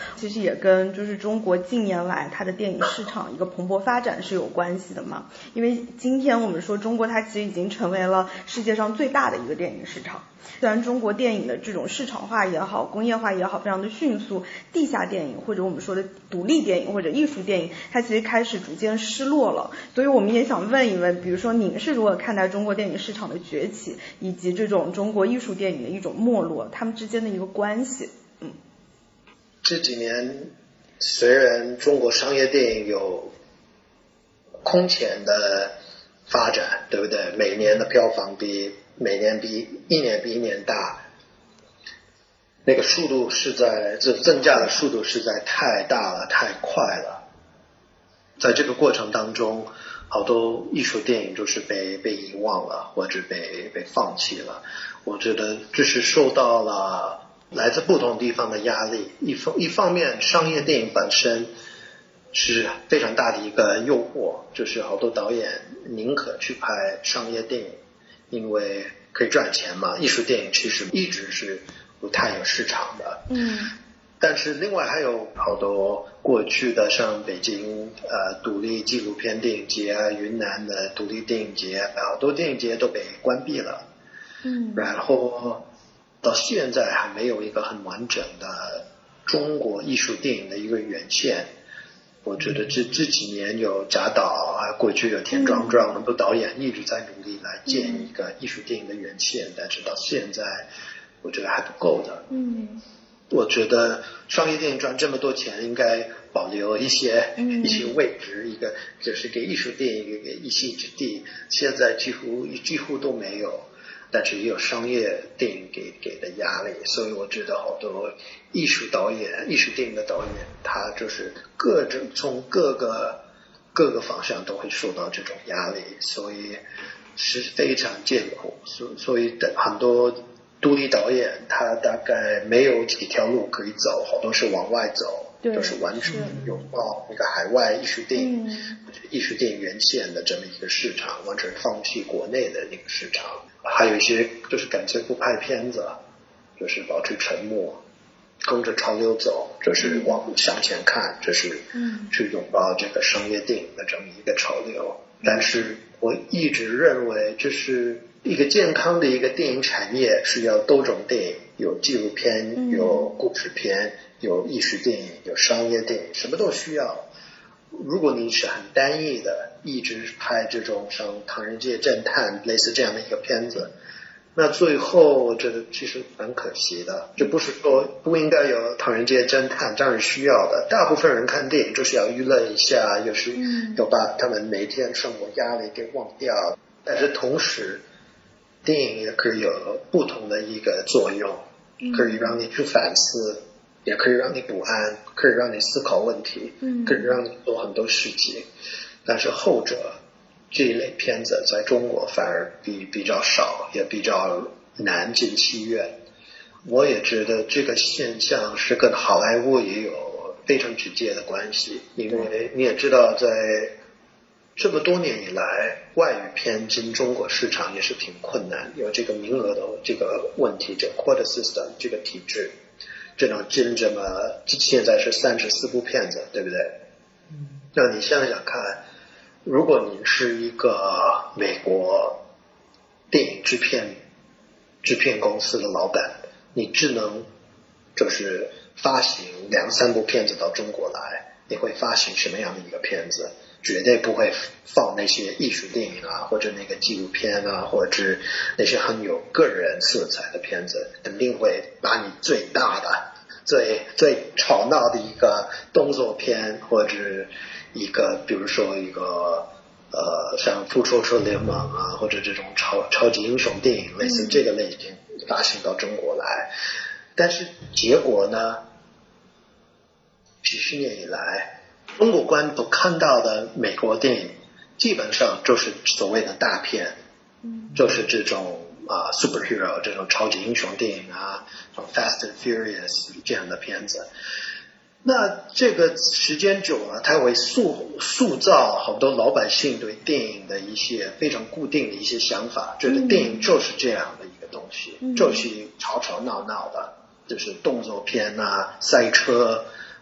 其实也跟就是中国近年来它的电影市场一个蓬勃发展是有关系的嘛。因为今天我们说中国它其实已经成为了世界上最大的一个电影市场。虽然中国电影的这种市场化也好，工业化也好，非常的迅速，地下电影或者我们说的独立电影或者艺术电影，它其实开始逐渐失落了。所以我们也想问一问，比如说您是如何看待中国电影市场的崛起，以及这种中国艺术电影的一种没落，它们之间的一个关系？ 这几年虽然中国商业电影有空前的发展，对不对？每年的票房每年比一年大，那个速度这增加的速度实在太大了，太快了。在这个过程当中，好多艺术电影就是被遗忘了，或者被放弃了。我觉得这是受到了来自不同地方的压力。一方面，商业电影本身是非常大的一个诱惑，就是好多导演宁可去拍商业电影，因为可以赚钱嘛。艺术电影其实一直是不太有市场的。但是另外还有好多过去的像北京独立纪录片电影节啊，云南的独立电影节，好多电影节都被关闭了。然后到现在还没有一个很完整的中国艺术电影的一个院线。我觉得这几年有贾导啊，过去有田壮壮，很多导演一直在努力来建一个艺术电影的院线，但是到现在我觉得还不够的。我觉得商业电影赚这么多钱，应该保留一些位置，一个就是给艺术电影一个一席之地。现在几乎都没有，但是也有商业电影给的压力，所以我觉得好多艺术电影的导演，他就是从各个方向都会受到这种压力，所以是非常艰苦。所以很多独立导演他大概没有几条路可以走，好多是往外走，就是完全拥抱那个海外艺术电影艺术电影院线的这么一个市场，完全放弃国内的那个市场。还有一些就是干脆不拍片子，就是保持沉默，跟着潮流走，就是向前看，就是去拥抱这个商业电影的这么一个潮流。但是我一直认为，就是一个健康的一个电影产业是要多种电影，有纪录片，有故事片，有艺术电影，有商业电影，什么都需要。如果你是很单一的，一直拍这种像《唐人街侦探》类似这样的一个片子，那最后我觉得其实蛮可惜的。就不是说不应该有《唐人街侦探》，当然需要的。大部分人看电影就是要娱乐一下，要把他们每天生活压力给忘掉。但是同时，电影也可以有不同的一个作用，可以让你去反思，也可以让你不安，可以让你思考问题，可以让你做很多事情。但是后者这一类片子在中国反而比较少，也比较难进戏院。我也觉得这个现象是跟好莱坞也有非常直接的关系，因为你也知道，在这么多年以来，外语片进中国市场也是挺困难，有这个名额的这个问题，这 quota system 这个体制，这种进这么现在是34部片子，对不对？那你想想看，如果你是一个美国电影制片公司的老板，你只能就是发行2-3部片子到中国来，你会发行什么样的一个片子？绝对不会放那些艺术电影啊，或者那个纪录片啊，或者是那些很有个人色彩的片子，肯定会把你最大的最吵闹的一个动作片，或者一个比如说一个像复仇者联盟啊，或者这种超级英雄电影类似这个类型发行到中国来。但是结果呢，几十年以来，中国观众看到的美国电影基本上就是所谓的大片，就是这种superhero 这种超级英雄电影啊，像 Fast and Furious 这样的片子。那这个时间久了，它会塑造好多老百姓对电影的一些非常固定的一些想法，觉得电影就是这样的一个东西，就是吵吵闹闹的，就是动作片啊，赛车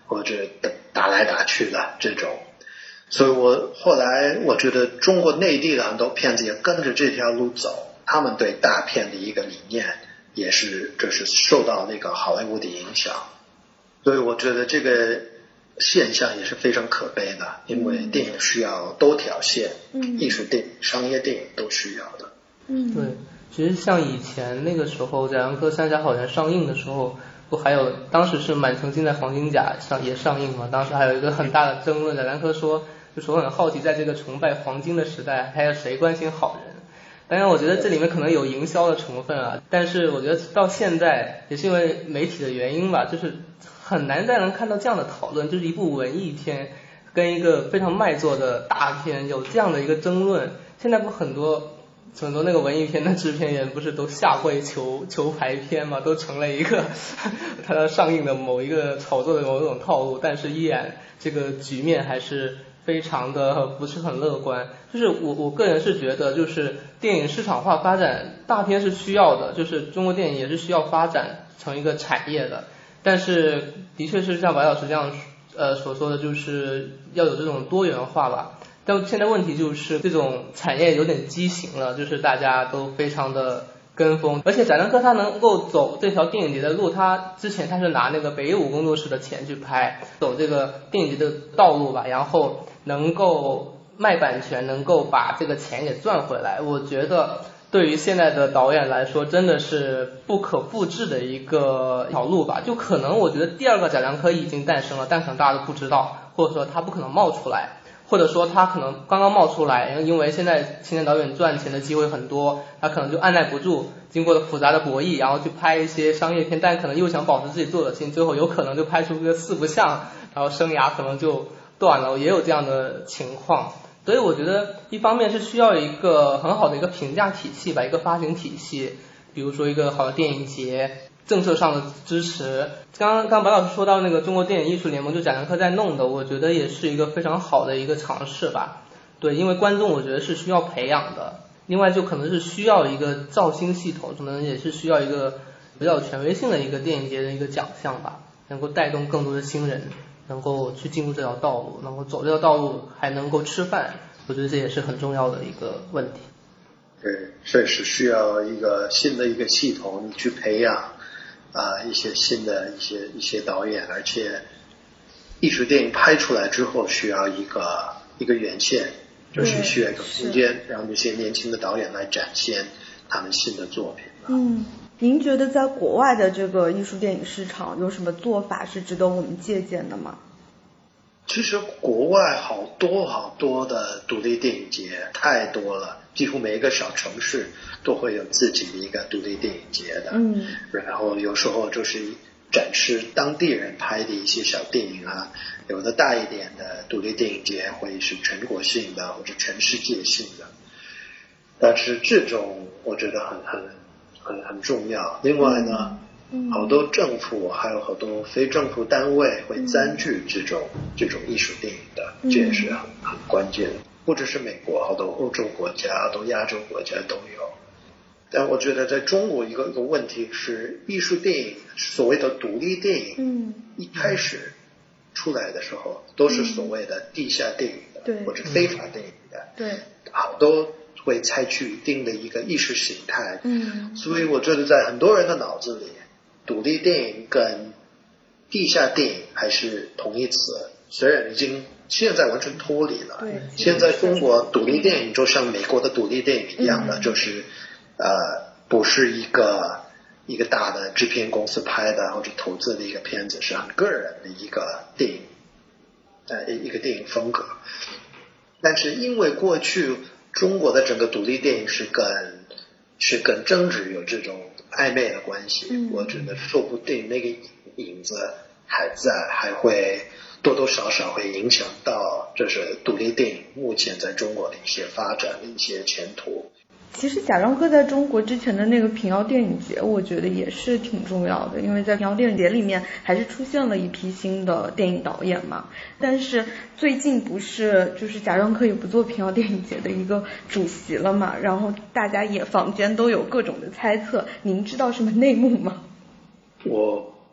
或者打来打去的这种。所以我后来我觉得中国内地的很多片子也跟着这条路走，他们对大片的一个理念也是就是受到那个好莱坞的影响。所以我觉得这个现象也是非常可悲的，因为电影需要多条线，艺术电影、商业电影都需要的。 对，其实像以前那个时候《贾樟柯三峡好人》上映的时候，不还有当时是《满城尽带黄金甲》也上映嘛？当时还有一个很大的争论，贾樟柯说，就是我很好奇，在这个崇拜黄金的时代，还有谁关心好人？当然我觉得这里面可能有营销的成分啊，但是我觉得到现在也是因为媒体的原因吧，就是很难再能看到这样的讨论，就是一部文艺片跟一个非常卖座的大片有这样的一个争论。现在不很多那个文艺片的制片人不是都下跪求排片嘛，都成了一个他上映的某一个炒作的某种套路，但是依然这个局面还是非常的不是很乐观。就是我个人是觉得，就是电影市场化发展，大片是需要的，就是中国电影也是需要发展成一个产业的，但是的确是像白老师这样所说的，就是要有这种多元化吧。但现在问题就是这种产业有点畸形了，就是大家都非常的跟风，而且贾樟柯他能够走这条电影节的路，他之前他是拿那个北野武工作室的钱去拍，走这个电影节的道路吧，然后能够卖版权，能够把这个钱给赚回来。我觉得对于现在的导演来说，真的是不可复制的一条路吧。就可能我觉得第二个贾樟柯已经诞生了，但可能大家都不知道，或者说他不可能冒出来。或者说他可能刚刚冒出来，因为现在青年导演赚钱的机会很多，他可能就按耐不住经过了复杂的博弈，然后去拍一些商业片，但可能又想保持自己作者性，最后有可能就拍出个四不像，然后生涯可能就断了，也有这样的情况。所以我觉得一方面是需要一个很好的一个评价体系吧，一个发行体系，比如说一个好的电影节，政策上的支持。刚白老师说到那个中国电影艺术联盟，就贾樟柯在弄的，我觉得也是一个非常好的一个尝试吧。对，因为观众我觉得是需要培养的，另外就可能是需要一个造星系统，可能也是需要一个比较权威性的一个电影节的一个奖项吧，能够带动更多的新人能够去进入这条道路，能够走这条道路还能够吃饭，我觉得这也是很重要的一个问题。 对，这是需要一个新的一个系统去培养一些新的一些导演，而且艺术电影拍出来之后需要一个原线，就是需要一个空间，让这些年轻的导演来展现他们新的作品。 您觉得在国外的这个艺术电影市场有什么做法是值得我们借鉴的吗？ 其实国外好多的独立电影节，太多了，几乎每一个小城市都会有自己的一个独立电影节的。然后有时候就是展示当地人拍的一些小电影啊，有的大一点的独立电影节会是全国性的或者全世界性的。但是这种我觉得很重要。另外呢，好多政府还有好多非政府单位会赞助这种艺术电影的，这也是很关键的。或者是美国，好多欧洲国家、好多亚洲国家都有。但我觉得在中国一个问题是，艺术电影所谓的独立电影，一开始出来的时候都是所谓的地下电影的，或者非法电影的，对，好多会采取一定的一个意识形态。所以我觉得在很多人的脑子里，独立电影跟地下电影还是同义词，虽然已经现在完全脱离了。现在中国独立电影就像美国的独立电影一样的，就是不是一个大的制片公司拍的或者投资的一个片子，是很个人的一个电影，一个电影风格。但是因为过去中国的整个独立电影是跟政治有这种暧昧的关系，我觉得说不定那个影子还在，还会多多少少会影响到就是独立电影目前在中国的一些发展的一些前途。 其实贾樟柯在中国之前的那个平遥电影节，我觉得也是挺重要的，因为在平遥电影节里面还是出现了一批新的电影导演嘛。但是最近不是就是贾樟柯也不做平遥电影节的一个主席了嘛，然后大家也坊间都有各种的猜测，您知道什么内幕吗？ 我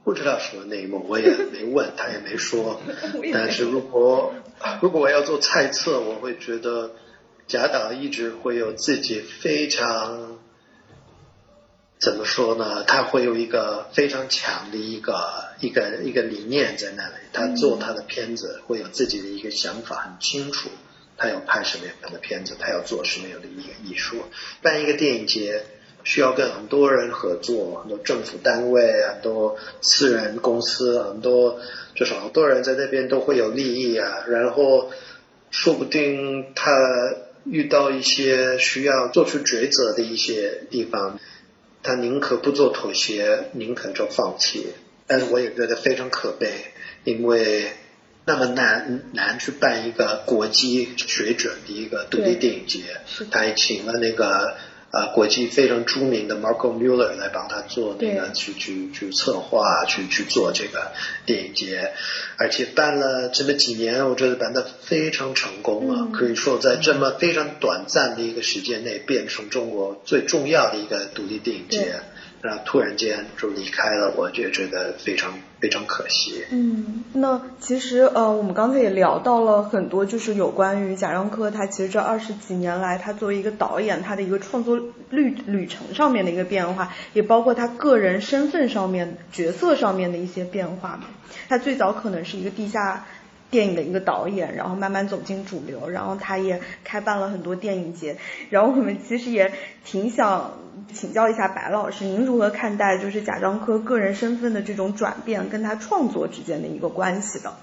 不知道什么内幕，我也没问，他也没说。但是如果我要做猜测，我会觉得贾导一直会有自己非常怎么说呢？他会有一个非常强的一个理念在那里。他做他的片子会有自己的一个想法，很清楚。他要拍什么样的片子，他要做什么样的一个艺术。办一个电影节需要跟很多人合作，很多政府单位，很多私人公司，就是好多人在那边都会有利益啊。然后说不定他遇到一些需要做出抉择的一些地方，他宁可不做妥协，宁可就放弃。但是我也觉得非常可悲，因为那么难去办一个国际水准的一个独立电影节。他还请了那个国际非常著名的 Marco Muller 来帮他做那个去策划去做这个电影节，而且办了这么几年，我觉得办得非常成功了。可以说在这么非常短暂的一个时间内变成中国最重要的一个独立电影节，然后突然间就离开了，我就觉得非常非常可惜。 那其实我们刚才也聊到了很多，就是有关于贾樟柯他其实这20几年来他作为一个导演他的一个创作旅程上面的一个变化，也包括他个人身份上面角色上面的一些变化嘛。他最早可能是一个地下电影的一个导演，然后慢慢走进主流，然后他也开办了很多电影节。然后我们其实也挺想请教一下白老师，您如何看待就是贾樟柯个人身份的这种转变跟他创作之间的一个关系的？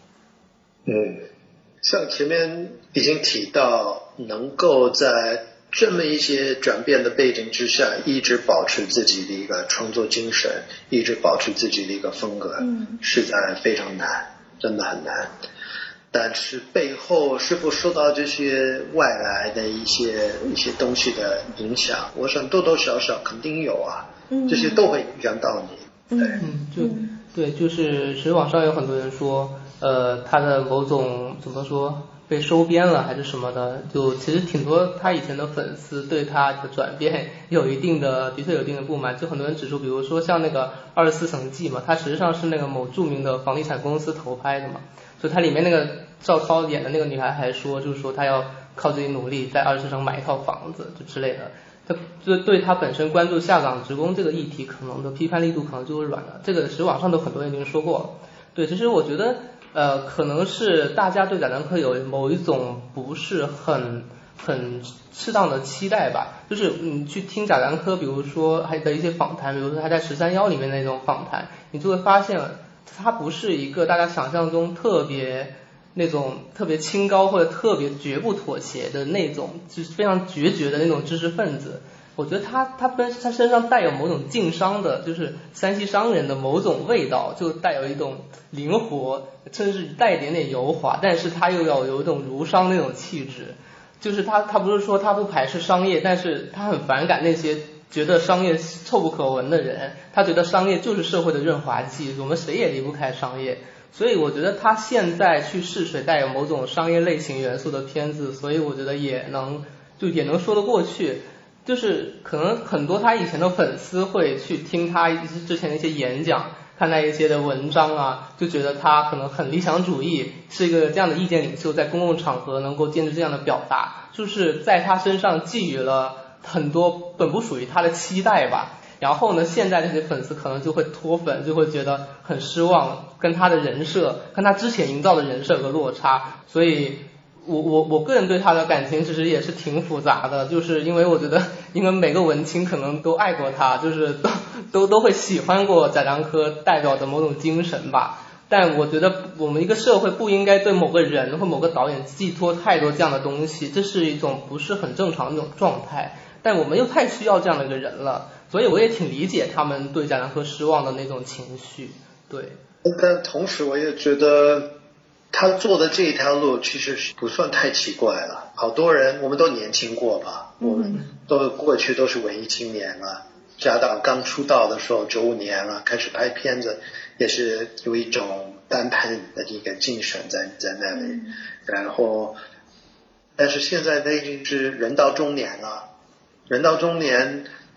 像前面已经提到，能够在这么一些转变的背景之下一直保持自己的一个创作精神，一直保持自己的一个风格，实在非常难，真的很难。但是背后是否受到这些外来的一些东西的影响，我想多多少少肯定有啊，这些都会影响到你。 就是其实网上有很多人说他的某种怎么说被收编了还是什么的，就其实挺多他以前的粉丝对他的转变的确有一定的不满。就很多人指出，比如说像那个24城记嘛，它实际上是那个某著名的房地产公司投拍的嘛，所以它里面那个赵操演的那个女孩还说，就是说她要靠自己努力在24城买一套房子就之类的。他就对他本身关注下岗职工这个议题可能的批判力度可能就会软了，这个其实网上都很多人已经说过了。对，其实我觉得可能是大家对贾樟柯有某一种不是很适当的期待吧。就是你去听贾樟柯比如说还的一些访谈，比如说他在13-1里面那种访谈，你就会发现他不是一个大家想象中特别清高或者特别绝不妥协的那种，就是非常决绝的那种知识分子。我觉得他身上带有某种晋商的，就是山西商人的某种味道，就带有一种灵活，甚至带一点点油滑，但是他又要有一种儒商那种气质。就是他不是说他不排斥商业，但是他很反感那些觉得商业臭不可闻的人，他觉得商业就是社会的润滑剂，我们谁也离不开商业。所以我觉得他现在去试水带有某种商业类型元素的片子，所以我觉得也能说得过去。就是可能很多他以前的粉丝会去听他之前的一些演讲，看他一些的文章啊，就觉得他可能很理想主义，是一个这样的意见领袖，在公共场合能够坚持这样的表达，就是在他身上寄予了很多本不属于他的期待吧。然后呢，现在这些粉丝可能就会脱粉，就会觉得很失望，跟他的人设跟他之前营造的人设有个落差。所以我个人对他的感情其实也是挺复杂的，就是因为我觉得因为每个文青可能都爱过他，就是都会喜欢过贾樟柯代表的某种精神吧。但我觉得我们一个社会不应该对某个人或某个导演寄托太多这样的东西，这是一种不是很正常的一种状态，但我们又太需要这样的一个人了，所以我也挺理解他们对贾樟柯失望的那种情绪。对， 但同时我也觉得他做的这一条路其实不算太奇怪了。好多人我们都年轻过吧，我们都过去都是文艺青年了。贾导刚出道的时候95年了，开始拍片子也是有一种单拍的一个精神在那里。然后但是现在他已经是人到中年了，人到中年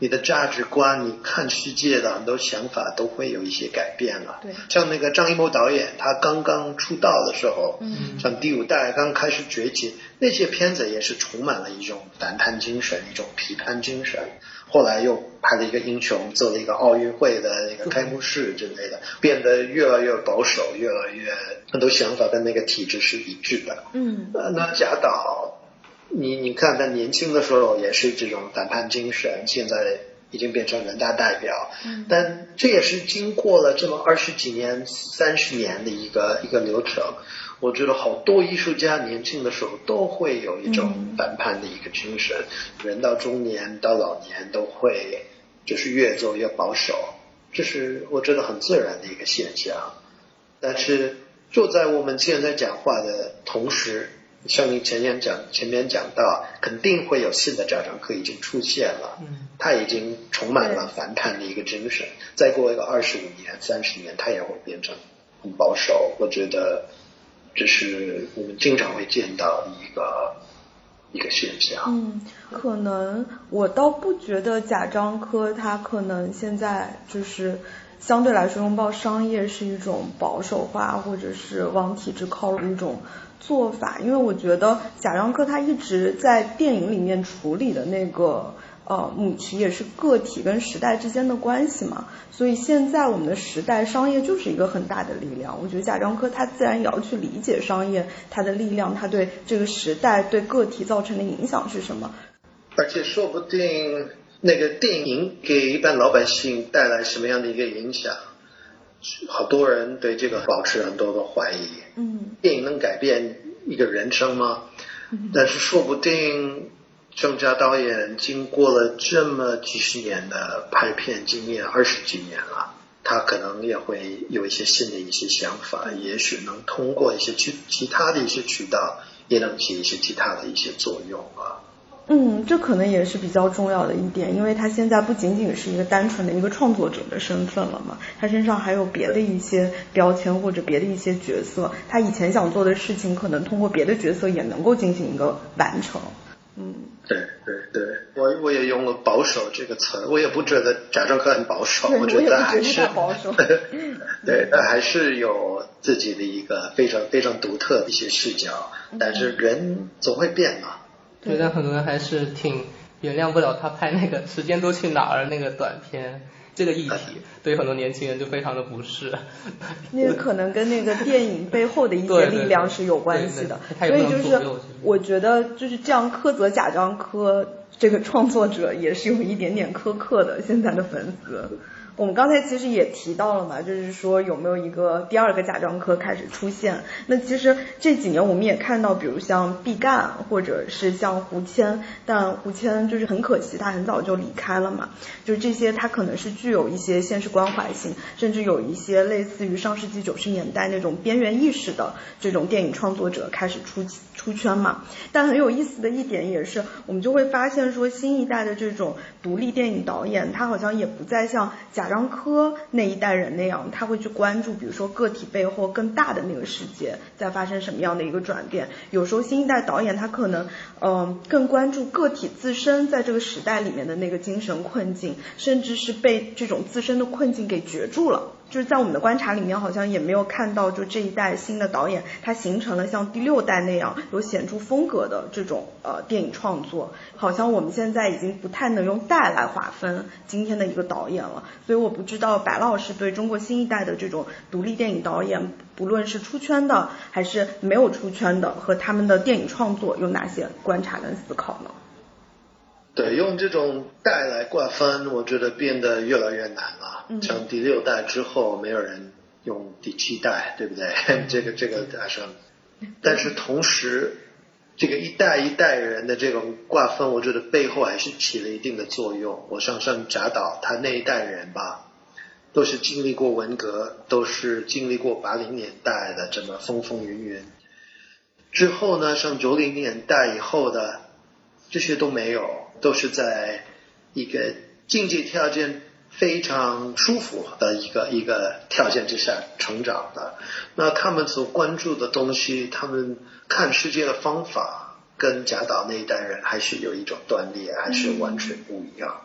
你的价值观，你看世界的很多想法都会有一些改变了。 对， 像那个张艺谋导演，他刚刚出道的时候，像第5代刚开始崛起，那些片子也是充满了一种反叛精神，一种批判精神。后来又拍了一个英雄，做了一个奥运会的那个开幕式之类的，变得越来越保守，越来越很多想法跟那个体制是一致的。那贾导，你看他年轻的时候也是这种反叛精神，现在已经变成人大代表，但这也是经过了这么20几年、30年的一个流程。我觉得好多艺术家年轻的时候都会有一种反叛的一个精神，人到中年到老年都会就是越做越保守，这是我觉得很自然的一个现象。但是就在我们现在讲话的同时，像你前面讲到，肯定会有新的家长课已经出现了，他已经充满了反叛的一个精神，再过一个25年、30年，他也会变成很保守。我觉得这是我们经常会见到的一个现象。 可能我倒不觉得贾樟柯他可能现在就是相对来说拥抱商业是一种保守化或者是往体制靠拢的一种做法，因为我觉得贾樟柯他一直在电影里面处理的那个母题也是个体跟时代之间的关系嘛，所以现在我们的时代商业就是一个很大的力量，我觉得贾樟柯他自然也要去理解商业它的力量，它对这个时代对个体造成的影响是什么。 而且说不定那个电影给一般老百姓带来什么样的一个影响，好多人对这个保持很多的怀疑。电影能改变一个人生吗？但是说不定郑家导演经过了这么几十年的拍片经验，20几年了，他可能也会有一些新的一些想法，也许能通过一些其他的一些渠道，也能起一些其他的一些作用啊。 这可能也是比较重要的一点，因为他现在不仅仅是一个单纯的一个创作者的身份了嘛，他身上还有别的一些标签或者别的一些角色，他以前想做的事情可能通过别的角色也能够进行一个完成。 对，我也用了保守这个词，我也不觉得贾樟柯很保守，我觉得还是保守对，他还是有自己的一个非常非常独特的一些视角，但是人总会变嘛。 对，但很多人还是挺原谅不了他拍那个时间都去哪儿那个短片，这个议题对于很多年轻人就非常的不适。 那个可能跟那个电影背后的一些力量是有关系的，所以就是我觉得就是这样苛责贾樟柯这个创作者也是有一点点苛刻的，现在的粉丝。我们刚才其实也提到了嘛，就是说有没有一个第二个贾樟柯开始出现。那其实这几年我们也看到，比如像毕赣或者是像胡谦，但胡谦就是很可惜他很早就离开了嘛，就是这些他可能是具有一些现实关怀性，甚至有一些类似于上世纪90年代那种边缘意识的这种电影创作者开始出圈嘛。但很有意思的一点也是，我们就会发现说新一代的这种独立电影导演，他好像也不再像贾樟柯那一代人那样，他会去关注比如说个体背后更大的那个世界在发生什么样的一个转变。有时候新一代导演他可能更关注个体自身在这个时代里面的那个精神困境，甚至是被这种自身的困境给攫住了。就是在我们的观察里面好像也没有看到就这一代新的导演他形成了像第6代那样有显著风格的这种电影创作，好像我们现在已经不太能用代来划分今天的一个导演了。所以我不知道白老师对中国新一代的这种独立电影导演，不论是出圈的还是没有出圈的，和他们的电影创作有哪些观察跟思考呢？ 对，用这种代来划分，我觉得变得越来越难了。像第6代之后，没有人用第7代，对不对？这个大上，但是同时，这个一代一代人的这种划分，我觉得背后还是起了一定的作用。我像贾导他那一代人吧，都是经历过文革，都是经历过80年代的这么风风云云。之后呢，像90年代以后的这些都没有，都是在一个经济条件非常舒服的一个条件之下成长的。那他们所关注的东西，他们看世界的方法跟贾导那一代人还是有一种断裂，还是完全不一样的。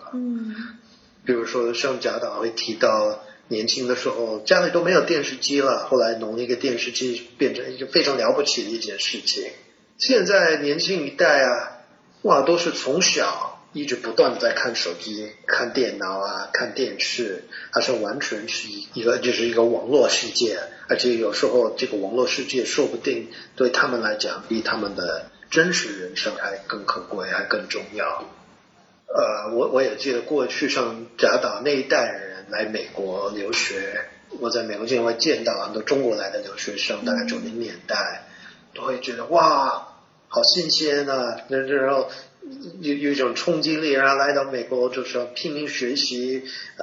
比如说像贾导会提到年轻的时候家里都没有电视机了，后来弄了一个电视机变成一个非常了不起的一件事情。现在年轻一代啊，哇，都是从小一直不断的在看手机、看电脑啊、看电视，它是完全是就是一个网络世界，而且有时候这个网络世界说不定对他们来讲比他们的真实人生还更可贵，还更重要。我也记得过去像贾导那一代人来美国留学，我在美国经常会见到很多中国来的留学生，大概90年代，都会觉得哇，好新鲜啊，然后有一种冲击力，然后来到美国就是要拼命学习，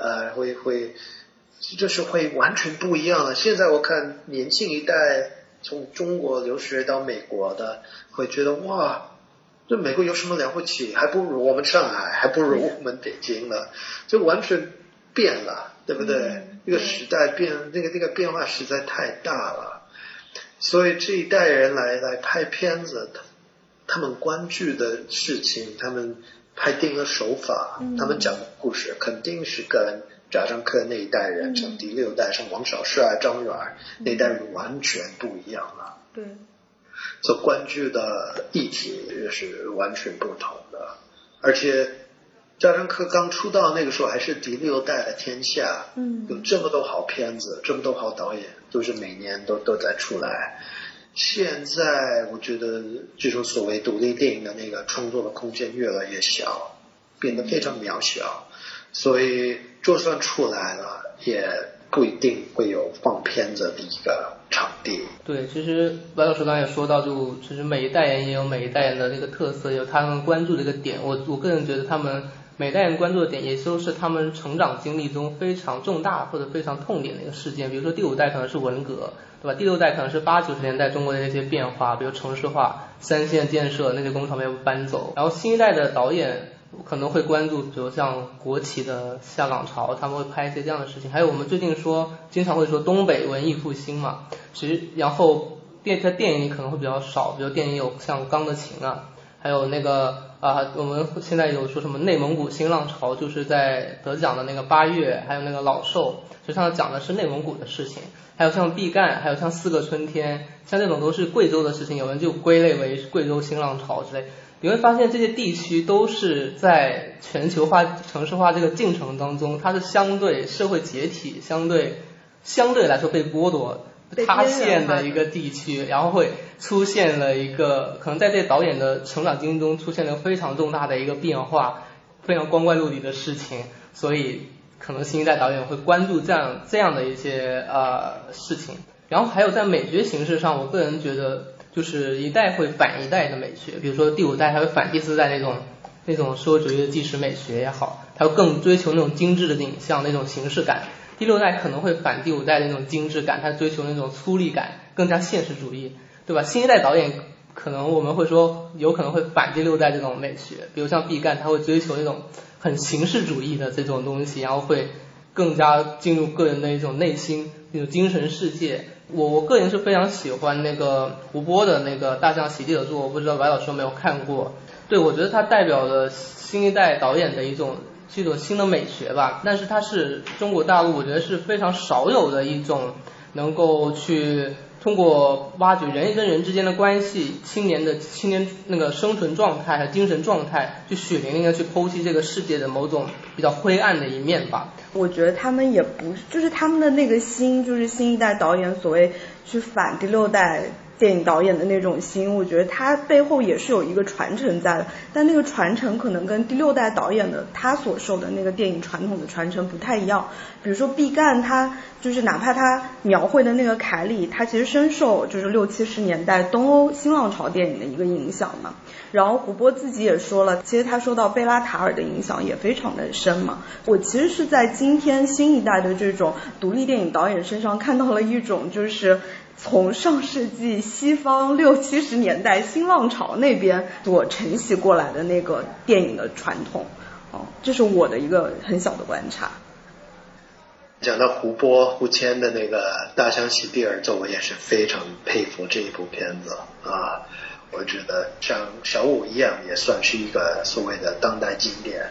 就是会完全不一样的。现在我看年轻一代从中国留学到美国的，会觉得哇，这美国有什么了不起？还不如我们上海，还不如我们北京呢，就完全变了，对不对？这个时代变，那个变化实在太大了。所以这一代人来拍片子，他们关注的事情，他们拍电影的手法，他们讲的故事，肯定是跟贾樟柯那一代人，像第6代，像王小帅、张远那一代人完全不一样了。 对。 所关注的议题也是完全不同的，而且贾樟柯刚出道那个时候还是第6代的天下，有这么多好片子，这么多好导演，都是每年都在出来。现在我觉得这种所谓独立电影的那个创作的空间越来越小，变得非常渺小，所以就算出来了，也不一定会有放片子的一个场地。 对，其实白老师刚才也说到，其实每一代人也有每一代人的这个特色，有他们关注的一个点。我个人觉得他们每代人关注的点，也就是他们成长经历中非常重大或者非常痛点的一个事件。比如说第5代可能是文革，对吧？第6代可能是80、90年代中国的那些变化，比如城市化、3线建设，那些工厂没有搬走。然后新一代的导演可能会关注，比如像国企的下岗潮，他们会拍一些这样的事情。还有我们最近经常会说东北文艺复兴嘛，其实然后在电影里可能会比较少，比如电影有像《钢的琴》啊，还有那个我们现在有说什么内蒙古新浪潮，就是在得奖的那个8月，还有那个老兽，实际上讲的是内蒙古的事情。还有像毕赣，还有像4个春天，像这种都是贵州的事情，有人就归类为贵州新浪潮之类。你会发现这些地区都是在全球化、城市化这个进程当中，它是相对社会解体、相对来说被剥夺、塌陷的一个地区，然后会出现了一个可能在这导演的成长经历中出现了非常重大的一个变化，非常光怪陆离的事情，所以可能新一代导演会关注这样的一些事情。然后还有在美学形式上，我个人觉得就是一代会反一代的美学，比如说第5代还会反第4代那种社会主义的纪实美学也好，它会更追求那种精致的影像，那种形式感。第6代可能会反第5代的那种精致感，它追求那种粗粝感，更加现实主义，对吧？新一代导演可能我们会说有可能会反第6代这种美学，比如像毕赣，他会追求那种很形式主义的这种东西，然后会更加进入个人的一种内心那种精神世界。我个人是非常喜欢那个胡波的那个大象席地而坐，我不知道白老师有没有看过。对，我觉得它代表了新一代导演的一种新的美学吧，但是它是中国大陆我觉得是非常少有的一种能够去通过挖掘人跟人之间的关系，青年那个生存状态和精神状态，去血淋淋的去剖析这个世界的某种比较灰暗的一面吧。 我觉得他们也不就是他们的那个心，就是新一代导演所谓去反第6代电影导演的那种心，我觉得他背后也是有一个传承在的，但那个传承可能跟第6代导演的他所受的那个电影传统的传承不太一样。比如说毕赣，他就是哪怕他描绘的那个凯里，他其实深受就是60、70年代东欧新浪潮电影的一个影响嘛。然后胡波自己也说了，其实他受到贝拉塔尔的影响也非常的深嘛。我其实是在今天新一代的这种独立电影导演身上看到了一种就是从上世纪西方60、70年代新浪潮那边所承袭过来的那个电影的传统，这是我的一个很小的观察。 讲到胡谦的那个大象席地而坐，我也是非常佩服这一部片子啊。我觉得像小五一样也算是一个所谓的当代经典。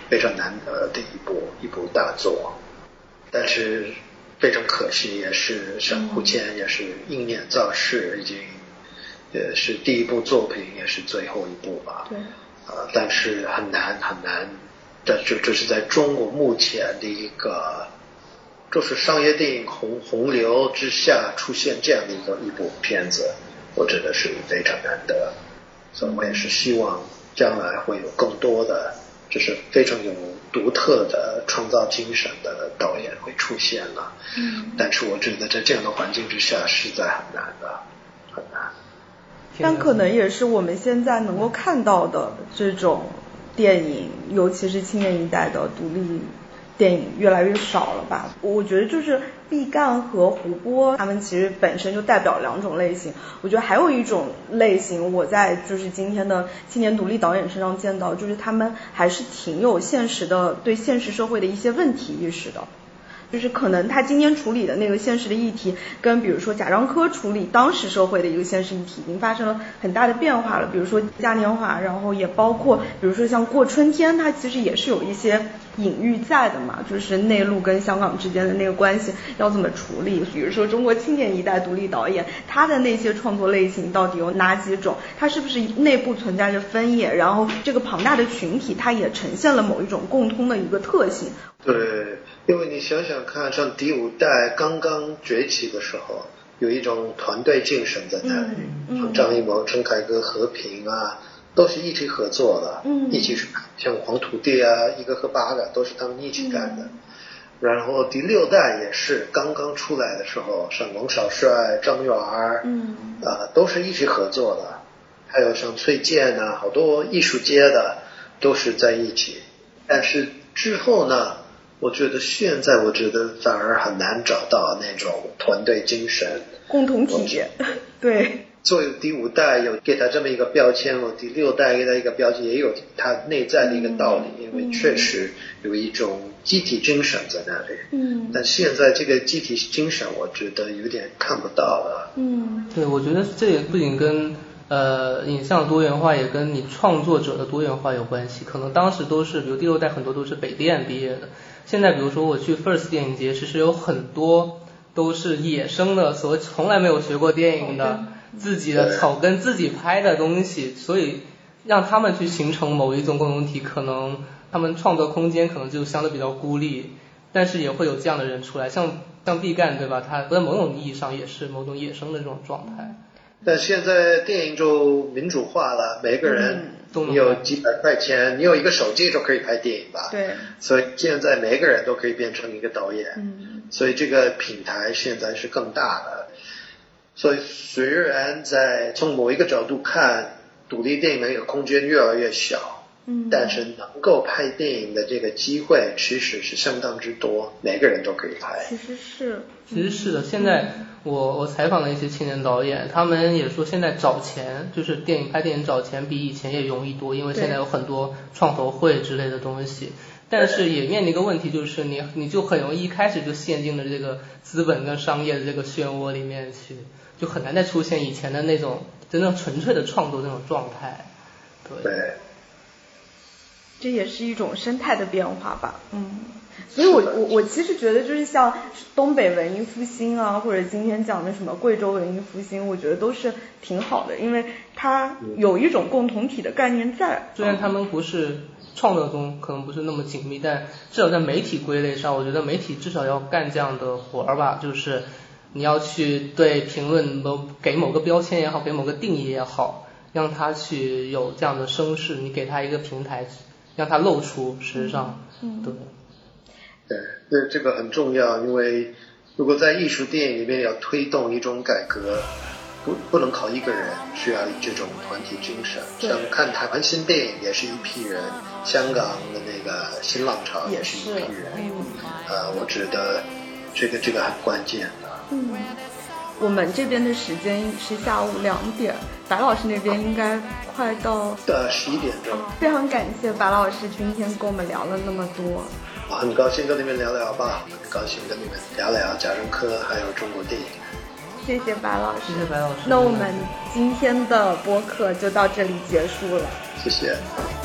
非常难得的一部大作，但是非常可惜，也是像胡谦也是英年早逝，已经也是第一部作品，也是最后一部吧。 对。 但是很难，这是在中国目前的一个，就是商业电影洪流之下出现这样的一部片子，我觉得是非常难得。所以我也是希望将来会有更多的，就是非常有独特的创造精神的导演会出现了。但是我觉得在这样的环境之下，实在很难的，很难。 但可能也是我们现在能够看到的这种电影，尤其是青年一代的独立电影越来越少了吧。我觉得就是毕赣和胡波他们其实本身就代表两种类型，我觉得还有一种类型我在就是今天的青年独立导演身上见到，就是他们还是挺有现实的，对现实社会的一些问题意识的。就是可能他今天处理的那个现实的议题，跟比如说贾樟柯处理当时社会的一个现实议题已经发生了很大的变化了。比如说嘉年华，然后也包括比如说像过春天，它其实也是有一些隐喻在的嘛，就是内陆跟香港之间的那个关系要怎么处理。比如说中国青年一代独立导演，他的那些创作类型到底有哪几种，他是不是内部存在着分野，然后这个庞大的群体它也呈现了某一种共通的一个特性。 对，因为你想想看，像第五代刚刚崛起的时候，有一种团队精神在那里，像张艺谋、陈凯歌、和平啊，都是一起合作的，一起去像黄土地啊、一个和八个都是他们一起干的。然后第六代也是刚刚出来的时候，像王小帅、张元儿，都是一起合作的。还有像崔健啊，好多艺术界的都是在一起。但是之后呢？我觉得现在反而很难找到那种团队精神、 共同体。对。 所以第五代有给他这么一个标签，我第六代给他一个标签，也有他内在的一个道理，因为确实有一种集体精神在那里。但现在这个集体精神，我觉得有点看不到了。 对，我觉得这也不仅跟影像多元化，也跟你创作者的多元化有关系。可能当时都是，比如第六代很多都是北电毕业的。现在比如说我去 First 电影节，其实有很多都是野生的，所谓从来没有学过电影的，自己的草根自己拍的东西，所以让他们去形成某一种共同体，可能他们创作空间可能就相对比较孤立，但是也会有这样的人出来，像毕赣对吧，他在某种意义上也是某种野生的这种状态。 但现在电影就民主化了，每个人你有几百块钱，你有一个手机就可以拍电影吧。 对。 所以现在每个人都可以变成一个导演。所以这个平台现在是更大的。所以虽然在从某一个角度看，独立电影的空间越来越小。但是能够拍电影的这个机会其实是相当之多，每个人都可以拍。 其实是的。现在我采访了一些青年导演，他们也说现在找钱，就是拍电影找钱比以前也容易多，因为现在有很多创投会之类的东西。但是也面临一个问题，就是你就很容易一开始就陷进了这个资本跟商业的这个漩涡里面去，就很难再出现以前的那种真正纯粹的创作那种状态。对。 这也是一种生态的变化吧。所以我其实觉得就是像东北文艺复兴啊，或者今天讲的什么贵州文艺复兴，我觉得都是挺好的，因为它有一种共同体的概念在。 虽然他们不是创作中可能不是那么紧密，但至少在媒体归类上，我觉得媒体至少要干这样的活儿吧，就是你要去对评论给某个标签也好，给某个定义也好，让他去有这样的声势，你给他一个平台，让他露出时尚。 对，这个很重要，因为如果在艺术电影里面要推动一种改革，不能靠一个人，需要这种团体精神。像看台湾新电影也是一批人，香港的那个新浪潮也是一批人。我觉得这个很关键的。 我们这边的时间是下午2点，白老师那边应该快到 11点钟。 非常感谢白老师今天跟我们聊了那么多。 很高兴跟你们聊聊吧，很高兴跟你们聊聊贾樟柯还有中国电影。 谢谢白老师。 谢谢白老师。 那我们今天的播客就到这里结束了。 谢谢。